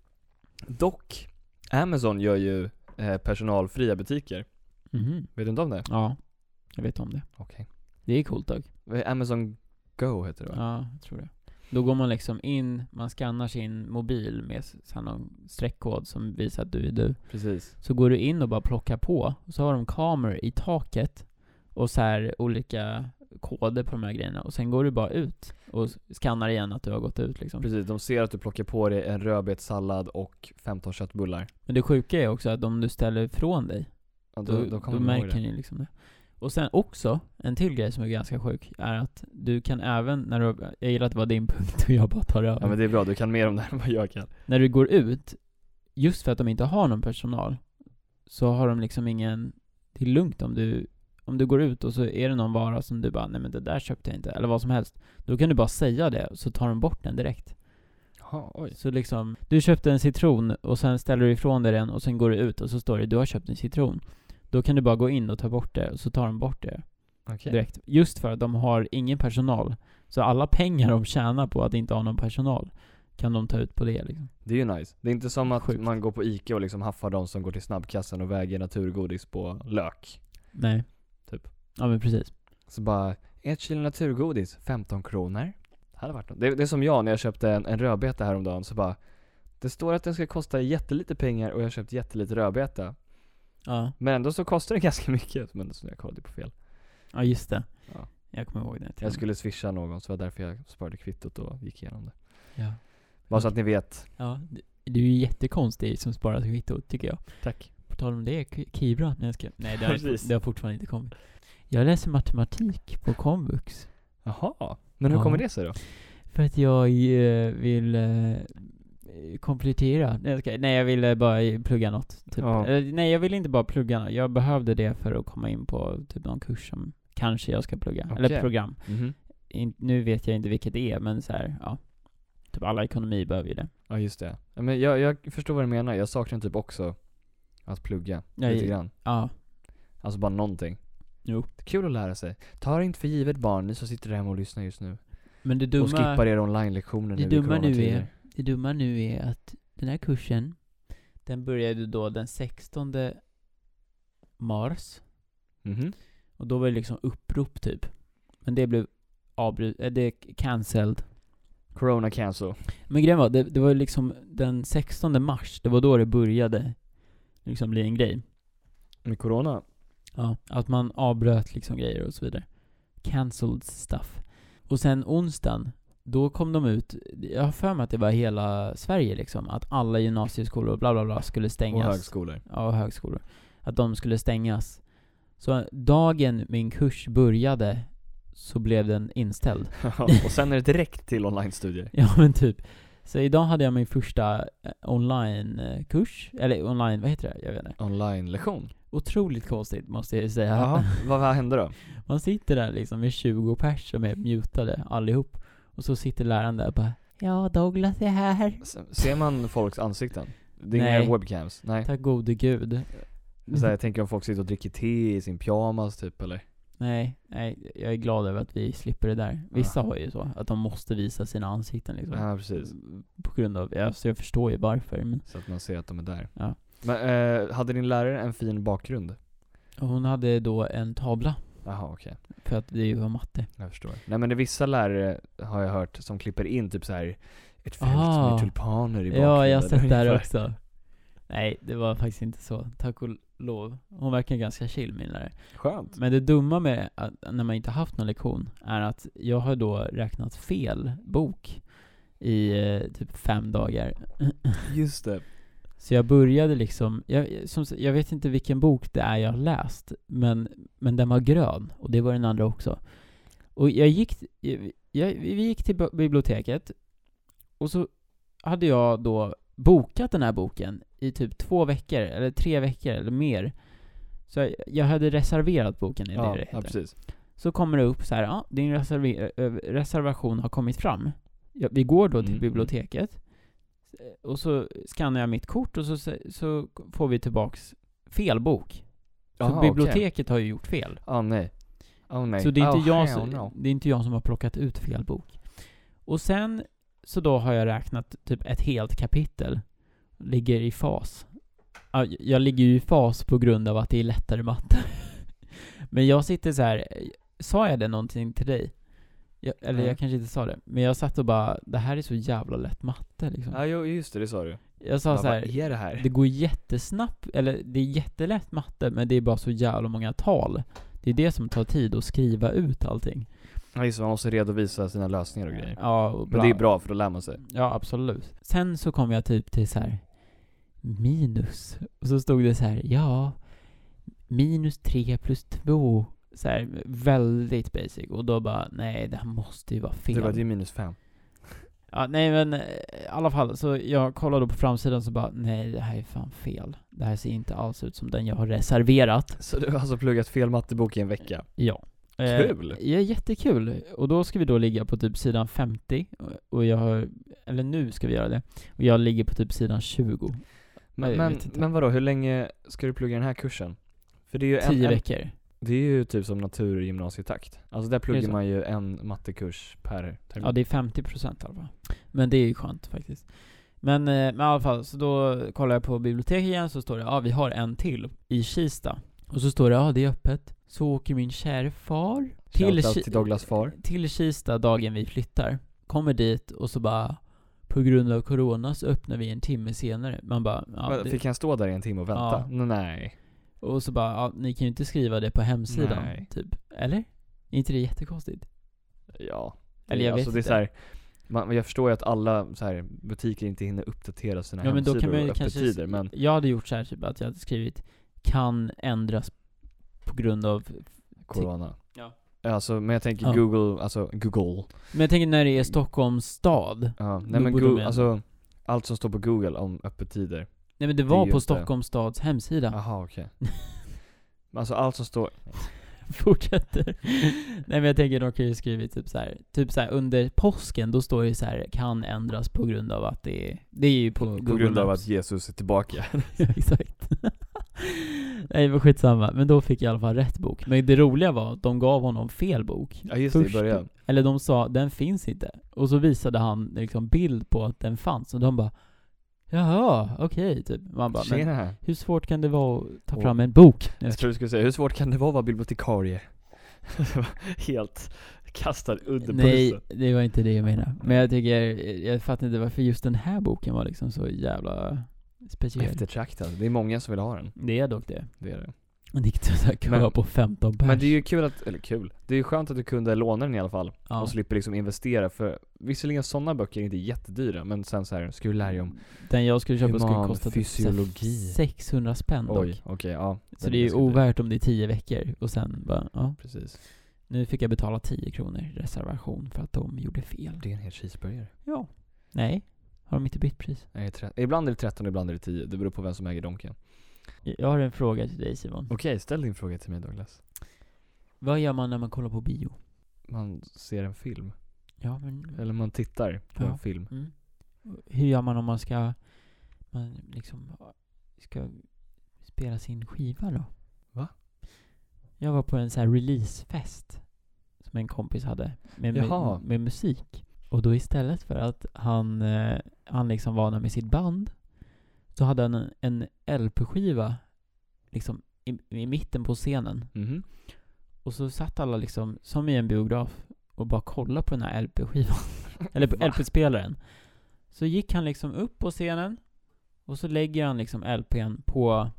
Dock, Amazon gör ju eh, personalfria butiker. Mhm. Vet du inte om det? Ja. Jag vet om det. Okej. Det är coolt dock. Amazon Go heter det va? Ja, jag tror det. Då går man liksom in, man skannar sin mobil med så någon streckkod som visar att du är du. Precis. Så går du in och bara plockar på. Och så har de kameror i taket och så här olika koder på de här grejerna. Och sen går du bara ut och skannar igen att du har gått ut liksom. Precis, de ser att du plockar på dig en rödbetssallad och femton köttbullar. Men det sjuka är också att om du ställer ifrån dig, Ja, då, då, då, då, kommer då de ihåg märker det. ni liksom det. Och sen också, en till grej som är ganska sjuk är att du kan även, när du, jag gillar att det var din punkt och jag bara tar över. Ja men det är bra, du kan mer om det här än vad jag kan. När du går ut, just för att de inte har någon personal, så har de liksom ingen, det är lugnt om du om du går ut och så är det någon vara som du bara, nej men det där köpte jag inte, eller vad som helst. Då kan du bara säga det, så tar de bort den direkt. Jaha, oj. Så liksom, du köpte en citron och sen ställer du ifrån dig den och sen går du ut och så står det, du har köpt en citron. Då kan du bara gå in och ta bort det och så tar de bort det Okej. direkt. Just för att de har ingen personal. Så alla pengar de tjänar på att inte ha någon personal kan de ta ut på det liksom. Det är ju nice. Det är inte som att Sjukt. man går på Ica och liksom haffar de som går till snabbkassan och väger naturgodis på lök. Nej. Typ. Ja men precis. Så bara, ett kilo naturgodis, femton kronor. Det hade varit något. Det, det är som jag när jag köpte en, en rödbeta häromdagen, så bara, det står att den ska kosta jättelite pengar och jag har köpt jättelite rödbeta. Ja. Men ändå så kostar det ganska mycket, men så jag kollade på fel. Ja just det. Ja. Jag kommer ihåg det. Jag skulle swisha någon, så var därför jag sparade kvittot och gick igenom det. Ja. Bara så att ni vet. Ja, det- du är ju jättekonstig som sparar till kvittot, tycker jag. Tack. På tal om det, K- Kibra. Nej, jag ska, nej det, har, Precis. det har fortfarande inte kommit. Jag läser matematik på komvux. Jaha. Men hur Ja. kommer det sig då? För att jag eh, vill eh, komplettera. Nej jag, ska, nej, jag ville bara plugga något. Typ. Ja. Eh, nej, jag ville inte bara plugga något. Jag behövde det för att komma in på typ någon kurs som kanske jag ska plugga. Okej. Eller program. Mhm. In, nu vet jag inte vilket det är, men så här, ja. Typ alla ekonomi behöver ju det. Ja just det. Ja, men jag, jag förstår vad du menar. Jag saknar typ också att plugga Ja, lite i- grann. Ja. Alltså bara någonting. Jo. Det är kul att lära sig. Ta det inte för givet barn, ni som sitter där hemma och lyssnar just nu. Men det dumma, Och skippar er online-lektioner det nu i dumma nu coronatider. är, det dumma nu är att den här kursen, den började då den sextonde mars. Mhm. Och då var det liksom upprop typ. Men det blev avbrutet, äh, det är cancelled. Corona cancel. Men grejen var, det, det var liksom den sextonde mars, det var då det började liksom bli en grej. Med corona? Ja, att man avbröt liksom grejer och så vidare. Cancelled stuff. Och sen onsdagen, då kom de ut, jag har för mig att det var hela Sverige liksom, att alla gymnasieskolor och bla bla bla skulle Och stängas. högskolor. Ja, och högskolor. Att de skulle stängas. Så dagen min kurs började så blev den inställd. Och sen är det direkt till online-studier. Ja men typ. Så idag hade jag min första eh, online-kurs. Eller online, vad heter det? Jag vet inte. Online-lektion. Otroligt konstigt måste jag ju säga. Jaha, vad, vad hände då? Man sitter där liksom med tjugo pers som är mutade allihop. Och så sitter läraren där och bara, ja Douglas är här. S- Ser man folks ansikten? Det är Nej. inga webcams? Nej. Tack gode gud. Så här, jag tänker om folk sitter och dricker te i sin pyjamas typ, eller? Nej, nej, jag är glad över att vi slipper det där. Vissa har ju så, att de måste visa sina ansikten liksom. Ja, precis. På grund av, alltså jag förstår ju varför. Men, Så att man ser att de är där. ja. Men eh, hade din lärare en fin bakgrund? Och hon hade då en tavla, Jaha, okej. för att det var matte. Jag förstår. Nej men det är vissa lärare, har jag hört, som klipper in typ så här ett fält Ah. med tulpaner i bakgrunden. Ja, jag har sett det här Ungefär. också. Nej, det var faktiskt inte så. Tack och lov. Hon verkar ganska chill, min lärare. Skönt. Men det dumma med att när man inte haft någon lektion är att jag har då räknat fel bok i eh, typ fem dagar. Just det. Så jag började liksom, jag, som, jag vet inte vilken bok det är jag har läst, men, men den var grön, och det var den andra också. Och jag gick, jag, jag, vi gick till bi- biblioteket, och så hade jag då bokat den här boken i typ två veckor, eller tre veckor, eller mer. Så jag, jag hade reserverat boken, är det Ja, det heter. ja, precis. Så kommer det upp så här, ja, din reserver- ö, reservation har kommit fram. Ja, vi går då till Mm. biblioteket. Och så skannar jag mitt kort och så, så får vi tillbaks fel bok. För Jaha, okej. biblioteket har ju gjort fel. Åh nej. Åh nej. Så det är, inte oh, jag hell som, no. det är inte jag som har plockat ut fel bok. Och sen så då har jag räknat typ ett helt kapitel. Ligger i fas. Ja, jag ligger ju i fas på grund av att det är lättare matte. Men jag sitter så här. Sa jag det någonting till dig? Jag, eller Nej. jag kanske inte sa det. Men jag satt och bara, det här är så jävla lätt matte liksom. Ja, jo, just det, det sa du. Jag sa Bara, så här, vad är det här? det går jättesnabbt, eller det är jättelätt matte, men det är bara så jävla många tal. Det är det som tar tid att skriva ut allting. Ja, just det, man måste redovisa sina lösningar och grejer. Ja, och Men det är bra, för då lär man sig. Ja, absolut. Sen så kom jag typ till så här minus. Och så stod det så här, ja, minus tre plus två. Så här, väldigt basic. Och då bara, nej, det här måste ju vara fel. Det var det är minus fem. Ja, nej men eh, i alla fall, så jag kollade på framsidan så bara, nej, det här är fan fel. Det här ser inte alls ut som den jag har reserverat. Så du har alltså pluggat fel mattebok i en vecka? Ja. Kul! Eh, ja, jättekul. Och då ska vi då ligga på typ sidan femtio. Och jag har, eller nu ska vi göra det. Och jag ligger på typ sidan tjugo. Men, Jag men, vet inte. men vadå, hur länge ska du plugga den här kursen? För det är ju en, Tio en, veckor. det är ju typ som naturgymnasietakt. Alltså där pluggar så? man ju en mattekurs per termin. Ja, det är femtio procent i alla fall. Men det är ju skönt faktiskt. Men, eh, men i alla fall, så då kollar jag på biblioteket igen, så står det, ja, vi har en till i Kista. Och så står det, ja, det är öppet. Så åker min kära far till, Shoutout Ki- till Douglas far. till Kista dagen vi flyttar. Kommer dit och så bara, på grund av corona så öppnar vi en timme senare. Man bara, ja, Men det, fick han stå där i en timme och vänta? Nej. och så bara, ja, ni kan ju inte skriva det på hemsidan. Nej. Typ. Eller? Är inte det jättekonstigt? Ja. Eller jag alltså vet det är inte. så här, man, jag förstår ju att alla så här, butiker inte hinner uppdatera sina Ja, men då hemsidor kan man ju och kanske, öppettider, men jag hade gjort så här typ att jag hade skrivit kan ändras på grund av, corona. Ja. Alltså, men jag tänker Ja. Google, alltså Google. men jag tänker när det är Stockholms stad. Ja, Då nej men borde de Google, ändra. alltså allt som står på Google om öppettider. Nej men det Det var är ju på inte- Stockholms stads hemsida. Jaha, okej. Men alltså allt som står, Fortsätter. Nej men jag tänker de kan ju skriva typ så här, typ så här under påsken, då står det så här kan ändras på grund av att det är, det är ju på, på, Google på grund av Maps. att Jesus är tillbaka. Ja, exakt. Nej men skitsamma, men då fick jag i alla fall rätt bok. Men det roliga var att de gav honom fel bok. Ja, just det, i Först- början. Eller de sa, den finns inte. Och så visade han liksom bild på att den fanns. Och de bara, jaha, okej, typ. Man bara, men Tjena. hur svårt kan det vara att ta Och- fram en bok? Jag tror du skulle säga, hur svårt kan det vara att vara bibliotekarie? Helt kastad under Nej, bussen. det var inte det jag menade. Men jag tycker, jag fattar inte varför just den här boken var liksom så jävla speciell. Eftertraktad. Det är många som vill ha den. Det är dock det. Det är det. Det gick så här kö Men- på femton pers. Men det är ju kul att, eller kul, det är ju skönt att du kunde låna den i alla fall. Ja. Och slipper liksom investera, för visserligen sådana böcker är inte jättedyra, men sen så här, ska du lära dig om, Den jag skulle köpa skulle human kosta typ fysiologi. sexhundra spänn dock. oj, okej, ja. Så Den det är ju ganska dyr. ovärt om det är tio veckor. Och sen bara, ja. Precis. Nu fick jag betala tio kronor reservation för att de gjorde fel. Det är en hel cheeseburgare. Ja. Nej. Har de inte bytt pris? Nej, tre- ibland är det tretton, ibland är det tio. Det beror på vem som äger donken. Jag har en fråga till dig Simon. Okej, ställ din fråga till mig, Douglas. Vad gör man när man kollar på bio? Man ser en film. Ja, men... Eller man tittar på Ja. en film. Mm. Hur gör man om man ska... Man liksom... Ska spela sin skiva då? Va? Jag var på en så här releasefest som en kompis hade med, Jaha. med, med musik. Och då istället för att han, eh, han liksom var där med sitt band, så hade han en, en L P-skiva liksom i, i mitten på scenen. Mhm. Och så satt alla liksom som i en biograf och bara kollade på den här L P-skivan. Eller på Va? L P-spelaren. Så gick han liksom upp på scenen och så lägger han liksom L P:n på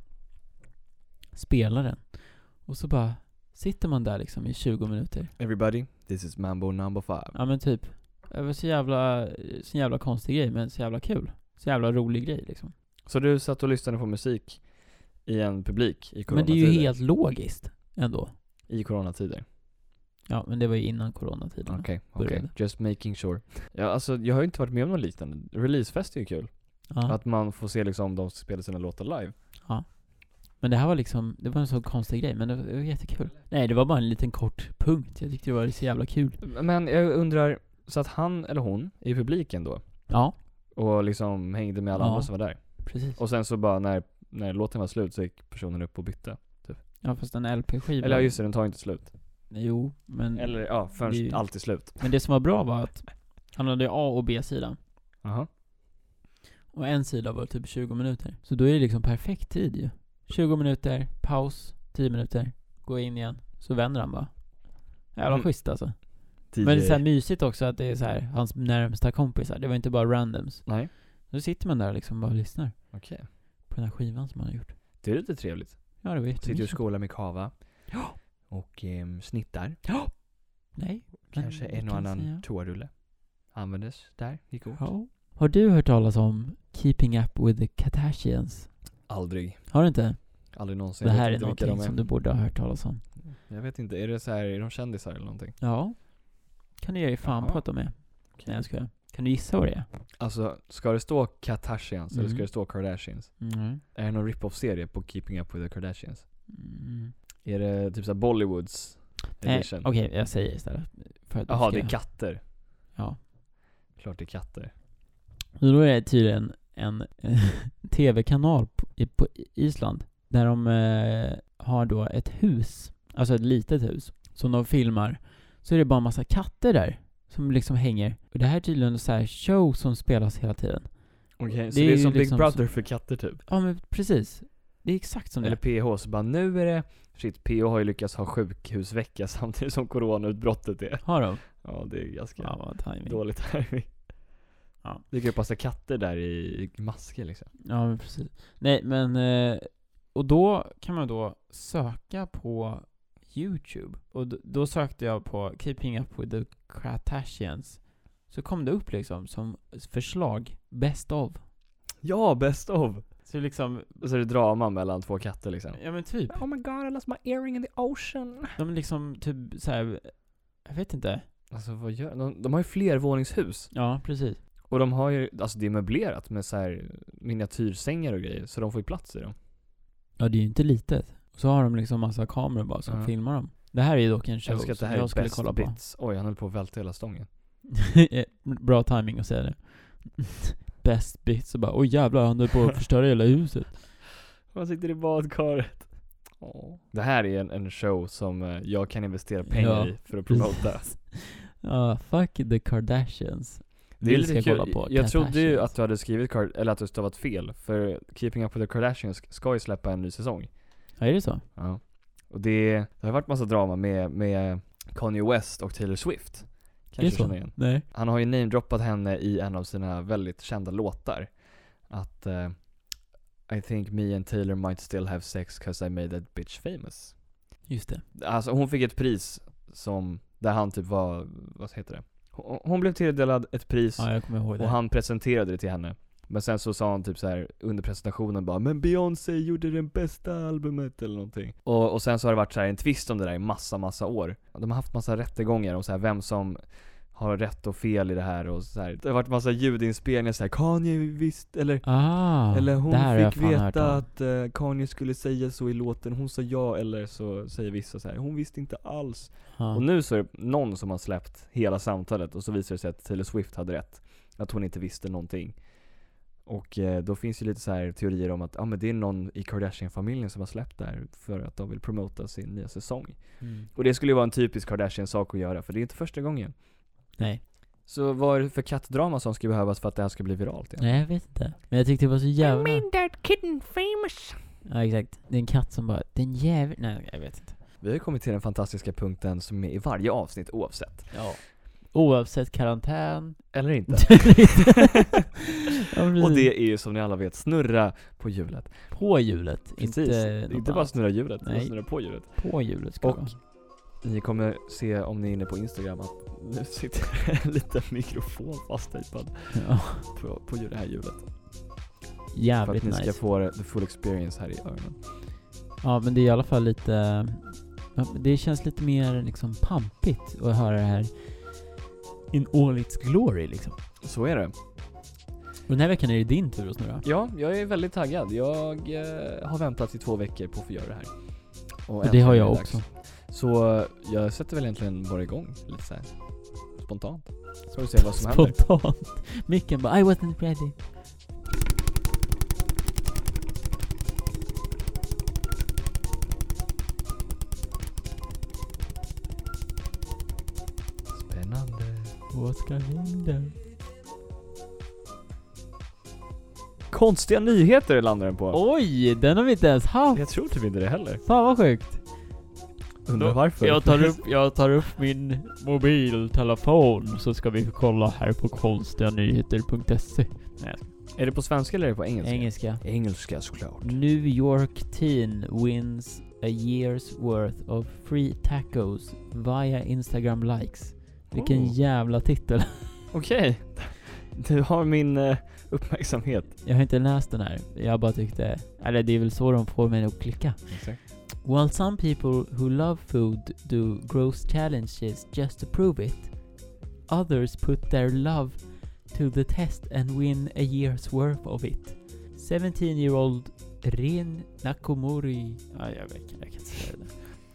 spelaren. Och så bara sitter man där liksom i tjugo minuter. Everybody, this is Mambo number five. Ja men typ. Det var så jävla, så jävla konstig grej, men så jävla kul. Så jävla rolig grej liksom. Så du satt och lyssnade på musik i en publik i Men det är coronatider? ju helt logiskt ändå. I coronatider? Ja, men det var ju innan coronatiden. Okej, okej. började. Just making sure. Ja, alltså jag har ju inte varit med om något liknande. Releasefest är ju kul. Ja. Att man får se liksom de spelar sina låtar live. Ja. Men det här var liksom, det var en så konstig grej, men det var, det var jättekul. Nej, det var bara en liten kort punkt. Jag tyckte det var så jävla kul. Men jag undrar, så att han eller hon är i publiken då? Ja, Och liksom hängde med alla Ja. andra som var där? precis. Och sen så bara när, när låten var slut så gick personen upp och bytte? Ja, fast en L P-skiva. Eller ja, just det, den tar inte slut. Jo, men... Eller ja, förrän Det är ju- allt är slut. Men det som var bra var att han hade A och B-sidan. Jaha. Och en sida var typ tjugo minuter. Så då är det liksom perfekt tid ju. tjugo minuter, paus, tio minuter, gå in igen, så vänder han bara. Jävla Mm. schysst alltså. T J. Men det är så här mysigt också att det är så här hans närmsta kompisar. Det var inte bara randoms. Nej, Då sitter man där liksom och bara lyssnar okej. på den här skivan som han har gjort. Det är lite trevligt. Ja, det var Sitter jättemysigt. och skolar med kava. Ja. Och ehm, snittar. Nej. Kanske men en vi och kan annan säga- toarulle. Användes där, gick åt. Ja. Har du hört talas om Keeping Up with the Kardashians? Aldrig. Har du inte? Aldrig någonsin. Det Jag här vet är inte vilka någonting de som du borde ha hört talas om. Jag vet inte, är det så här, är de kändisar eller någonting? Ja. Kan du ge dig fan Jaha. på att de är? Nej, jag skojar. Kan du gissa vad det är? Alltså, ska det stå Kardashians eller ska Mm. det stå Kardashians? Mm. Är det någon rip-off-serie på Keeping Up with the Kardashians? Mm. Är det typ såhär Bollywoods Nej, edition? okej, jag säger istället. För att du Jaha, ska- det är katter. Ja. Klart det är katter. Så då är det tydligen en tv-kanal på, i- på Island där de eh, har då ett hus, alltså ett litet hus som de filmar. Så är det bara en massa katter där som liksom hänger. Och det här är tydligen så här show som spelas hela tiden. Okej, så Det det är är ju som Big liksom Brother för katter typ? Ja, men precis. Det är exakt som Eller det. P H, så bara nu är det... Shit, P H har ju lyckats ha sjukhusvecka samtidigt som coronautbrottet är. Har de? Ja, det är ganska Ja, vad timing. dåligt här. Ja. Det kan ju passa katter där i i masker liksom. Ja, men precis. Nej, men eh, och då kan man då söka på YouTube. Och d- då sökte jag på Keeping Up with the Kardashians. Så kom det upp liksom som förslag best of. Ja, best of! Så liksom, Och så är det drama mellan två katter liksom. ja men typ. Oh my god, I lost my earring in the ocean. De liksom typ så här, jag vet inte. Alltså vad gör de? De har ju flervåningshus. Ja, precis. Och de har ju, alltså det är möblerat med så här miniatyrsängar och grejer. Så de får ju plats i dem. Ja, det är ju inte litet. Och så har de liksom massa kameror bara som Ja. filmar dem. Det här är ju dock en Jag show älskar att det som här jag är skulle best kolla bits. Oj, han höll på att välta hela stången. på. Bra timing att säga det. Best bits och bara, oj jävlar, han höll på att förstöra hela huset. Han sitter i badkaret. Åh. Det här är en, en show som eh, jag kan investera pengar Ja. i för att promota. Ja, fuck the Kardashians. Det är Vi lite ska kul. kolla på Jag trodde ju Kardashians. att du hade skrivit Card- eller att du stavat fel. För Keeping Up with the Kardashians ska ju släppa en ny säsong. Ja, är det så? Ja. Och det, det har varit massa drama med, med Kanye West och Taylor Swift. Är det Kanske så? känner igen. Nej. Han har ju namedroppat henne i en av sina väldigt kända låtar. Att uh, I think me and Taylor might still have sex cause I made that bitch famous. Just det. Alltså hon fick ett pris som, där han typ var, vad heter det? Hon, hon blev tilldelad ett pris Ja, jag kommer ihåg det. och han presenterade det till henne. Men sen så sa han typ så här under presentationen bara, men Beyoncé gjorde det bästa albumet eller någonting. Och, och sen så har det varit så här en twist om det där i massa, massa år. De har haft massa rättegångar om så här vem som har rätt och fel i det här och så här. Det har varit massa ljudinspelningar så här, Kanye visst, eller Ah, eller hon det här har jag fick fan hört veta om. att uh, Kanye skulle säga så i låten, hon sa ja, eller så säger vissa så här, hon visste inte alls. Ja. Och nu så är det någon som har släppt hela samtalet och så visar det sig att Taylor Swift hade rätt. Att hon inte visste någonting. Och eh, då finns ju lite så här teorier om att ah, men det är någon i Kardashian-familjen som har släppt det här för att de vill promota sin nya säsong. Mm. Och det skulle ju vara en typisk Kardashian-sak att göra, för det är inte första gången. Nej. Så vad är det för kattdrama som skulle behövas för att det här ska bli viralt? Ja? Nej, jag vet inte. Men jag tyckte det var så jävla... I made that kitten famous. Ja, exakt. Det är en katt som bara, den jävel... Nej, jag vet inte. Vi har ju kommit till den fantastiska punkten som är i varje avsnitt oavsett. Ja. Oavsett karantän. Eller inte. Ja, precis. Och det är ju som ni alla vet, snurra på hjulet. På hjulet. Precis, Inte, inte, något bara annat. snurra hjulet, utan Nej. snurra på hjulet. På hjulet ska Och det vara. ni kommer se om ni är inne på Instagram att nu sitter en liten mikrofon fasttejpad Ja. på, på det här hjulet. För Jävligt att ni nice. ska få the full experience här i öronen. Ja, men det är i alla fall lite... ja, det känns lite mer liksom pampigt att höra det här in all its glory liksom. Så är det. Och den här veckan är det din tur att snurra. Ja, jag är väldigt taggad. Jag eh, har väntat i två veckor på att få göra det här. Och Och det har äntligen jag är det dags. också. Så eh, jag sätter väl egentligen bara igång lite så här spontant. Så får vi se vad som händer. Spontant. Micken bara, I wasn't ready. Spännande. Vad ska hända? Konstiga nyheter landar den på. Oj, den har vi inte ens haft. Jag tror typ inte det heller. Fan vad sjukt. Undrar varför. Jag tar upp, jag tar upp min mobiltelefon så ska vi kolla här på konstiga-nyheter punkt se. Nej. Är det på svenska eller är det på engelska? Engelska. Engelska såklart. New York teen wins a year's worth of free tacos via Instagram likes. Vilken Oh. jävla titel. Okej. Du har min uh, uppmärksamhet. Jag har inte läst den här. Jag bara tyckte, eller det är väl så de får mig att klicka. Exakt. While some people who love food do gross challenges just to prove it, others put their love to the test and win a year's worth of it. seventeen-year-old Rin Nakamori, ah, jag, vet, jag kan inte säga det,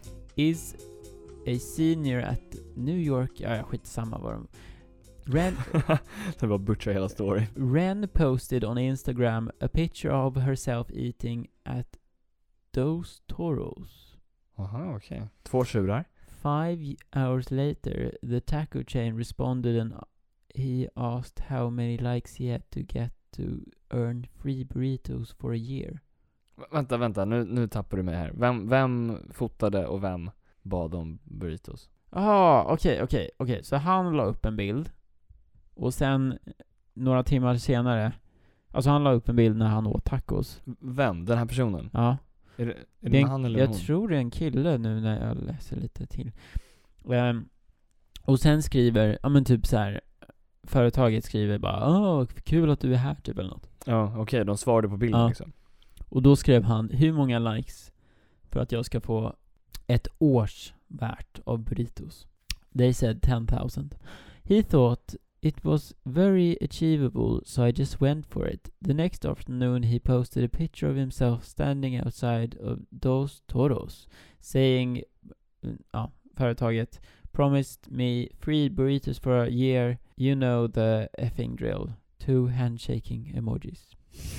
is a senior at New York, ja, jag skiter samma vad de... Ren, Det var butcha hela storyn. Ren posted on Instagram a picture of herself eating at Dos Toros. Aha, okej. Okay. Två tjurar. Five hours later, the taco chain responded and he asked how many likes he had to get to earn free burritos for a year. V- vänta, vänta. Nu, nu tappar du mig här. Vem, vem fotade och vem bad om burritos? Ah, okej, okej, okej. Så han la upp en bild. Och sen, några timmar senare, alltså han la upp en bild när han åt tacos. Vem? Den här personen? Ja. Är det, är det, Det är en, han eller jag hon? tror det är en kille nu när jag läser lite till. Um, och sen skriver, ja men typ så här, företaget skriver bara, åh, kul att du är här, typ eller något. Ja, okej. Okay, de svarade på bilden Ja. liksom. Och då skrev han, hur många likes för att jag ska få ett års värt av burritos? They said ten thousand. He thought it was very achievable, so I just went for it. The next afternoon he posted a picture of himself standing outside of Dos Toros, saying, ja, företaget promised me free burritos for a year. You know the effing drill. Two handshaking emojis.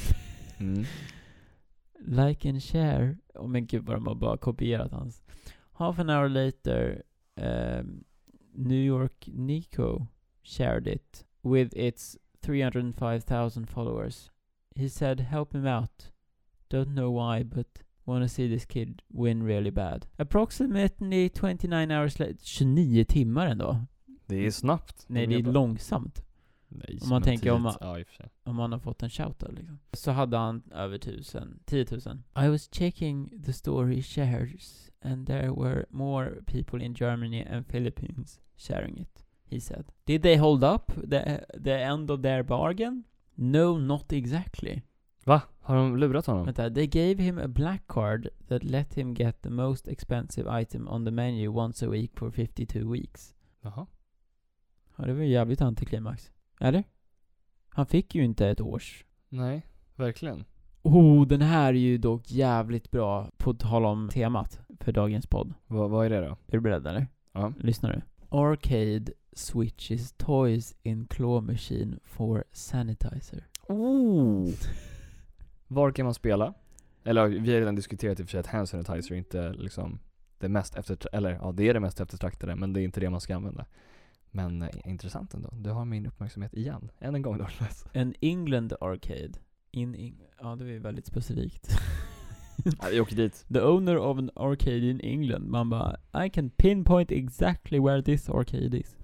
Mm. Like and share. Oh men gud vad de har bara kopierat hans. Half an hour later, um, New York Nico shared it with its three hundred five thousand followers. He said, help him out. Don't know why, but wanna see this kid win really bad. Approximately twenty-nine hours later. tjugonio timmar ändå. Det är snabbt. Nej, det är långsamt. Nej, Om man tänker om man- Ja, i och för sig. Om man har fått en shoutout liksom. Så hade han över tusen, tiotusen. I was checking the story shares and there were more people in Germany and Philippines sharing it, he said. Did they hold up the, the end of their bargain? No, not exactly. Va? Har de lurat honom? Vänta, they gave him a black card that let him get the most expensive item on the menu once a week for fifty-two weeks. Jaha. Ja, det var ju jävligt antiklimax. Eller? Han fick ju inte ett års. Nej, verkligen. Oh, den här är ju dock jävligt bra på tal om temat för dagens podd. Va, vad är det då? Är du beredd eller? Ja. Lyssnar du? Arcade switches toys in claw machine for sanitizer. Oh. Var kan man spela? Eller vi har redan diskuterat i och för sig att hand sanitizer inte liksom det mest efter eller ja, det är det mest eftertraktade, men det är inte det man ska använda. Men eh, intressant ändå. Du har min uppmärksamhet igen. Än en gång då. An England arcade. In Eng- ja, det är väldigt specifikt. Ja, vi åker dit. The owner of an arcade in England. Man bara, I can pinpoint exactly where this arcade is.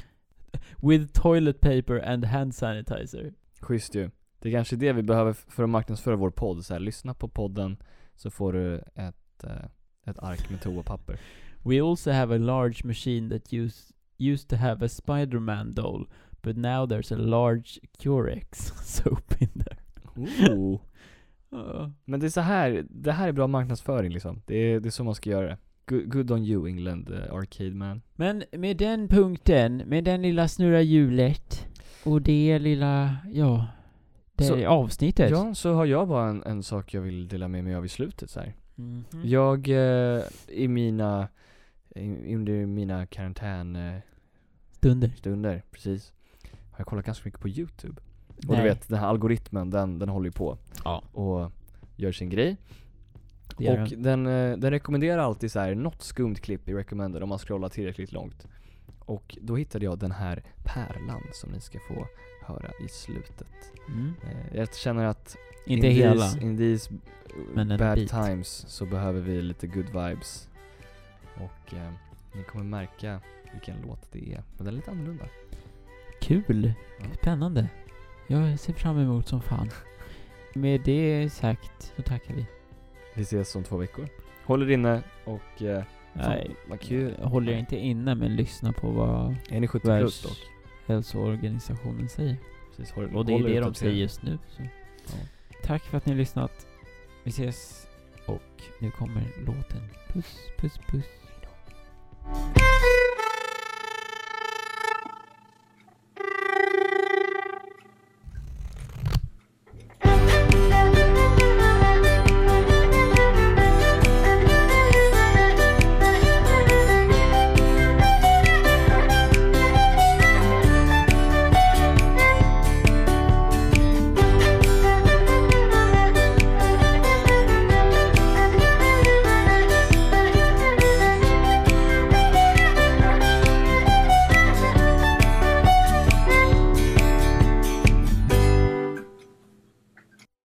With toilet paper and hand sanitizer. Schysst ju. Det är kanske det vi behöver f- för att marknadsföra vår podd. Så här, lyssna på podden så får du ett, eh, ett ark med toapapper. We also have a large machine that used used to have a Spider-Man doll, but now there's a large Curex soap in there. Ooh. Uh, Men det är så här, det här är bra marknadsföring liksom. Det är, det är så man ska göra det. Good, good on you England, uh, Arcade Man. Men med den punkten, med den lilla snurra hjulet och det lilla, ja, det Så- är avsnittet. Ja, så har jag bara en, en sak jag vill dela med mig av i slutet så här. Mhm. Jag eh, i mina i, under mina karantänstunder, Stunder. precis, har jag kollat ganska mycket på YouTube. Och Nej. du vet, den här algoritmen, den, den håller ju på Ja, och gör sin grej. det gör Och den. den, eh, den rekommenderar alltid så här något skumt klipp i recommended om man scrollar tillräckligt långt. Och då hittade jag den här pärlan som ni ska få höra i slutet. Mm. Eh, jag känner att Inte in hela. these, in these Men en bad bit. times så behöver vi lite good vibes. Och eh, ni kommer märka vilken låt det är. Men den är lite annorlunda. Kul. Ja. Spännande. Jag ser fram emot som fan. Med det sagt så tackar vi. Vi ses om två veckor. Håller inne och eh, Nej, fan, vad kul. jag håller jag inte inne, men lyssna på vad Är ni sjuttio plus dock? Världshälsoorganisationen säger. Precis, håller, Och det är håller det de uppdaterad. säger just nu. Så. Ja. Tack för att ni har lyssnat. Vi ses. Och nu kommer låten. Puss, puss, puss.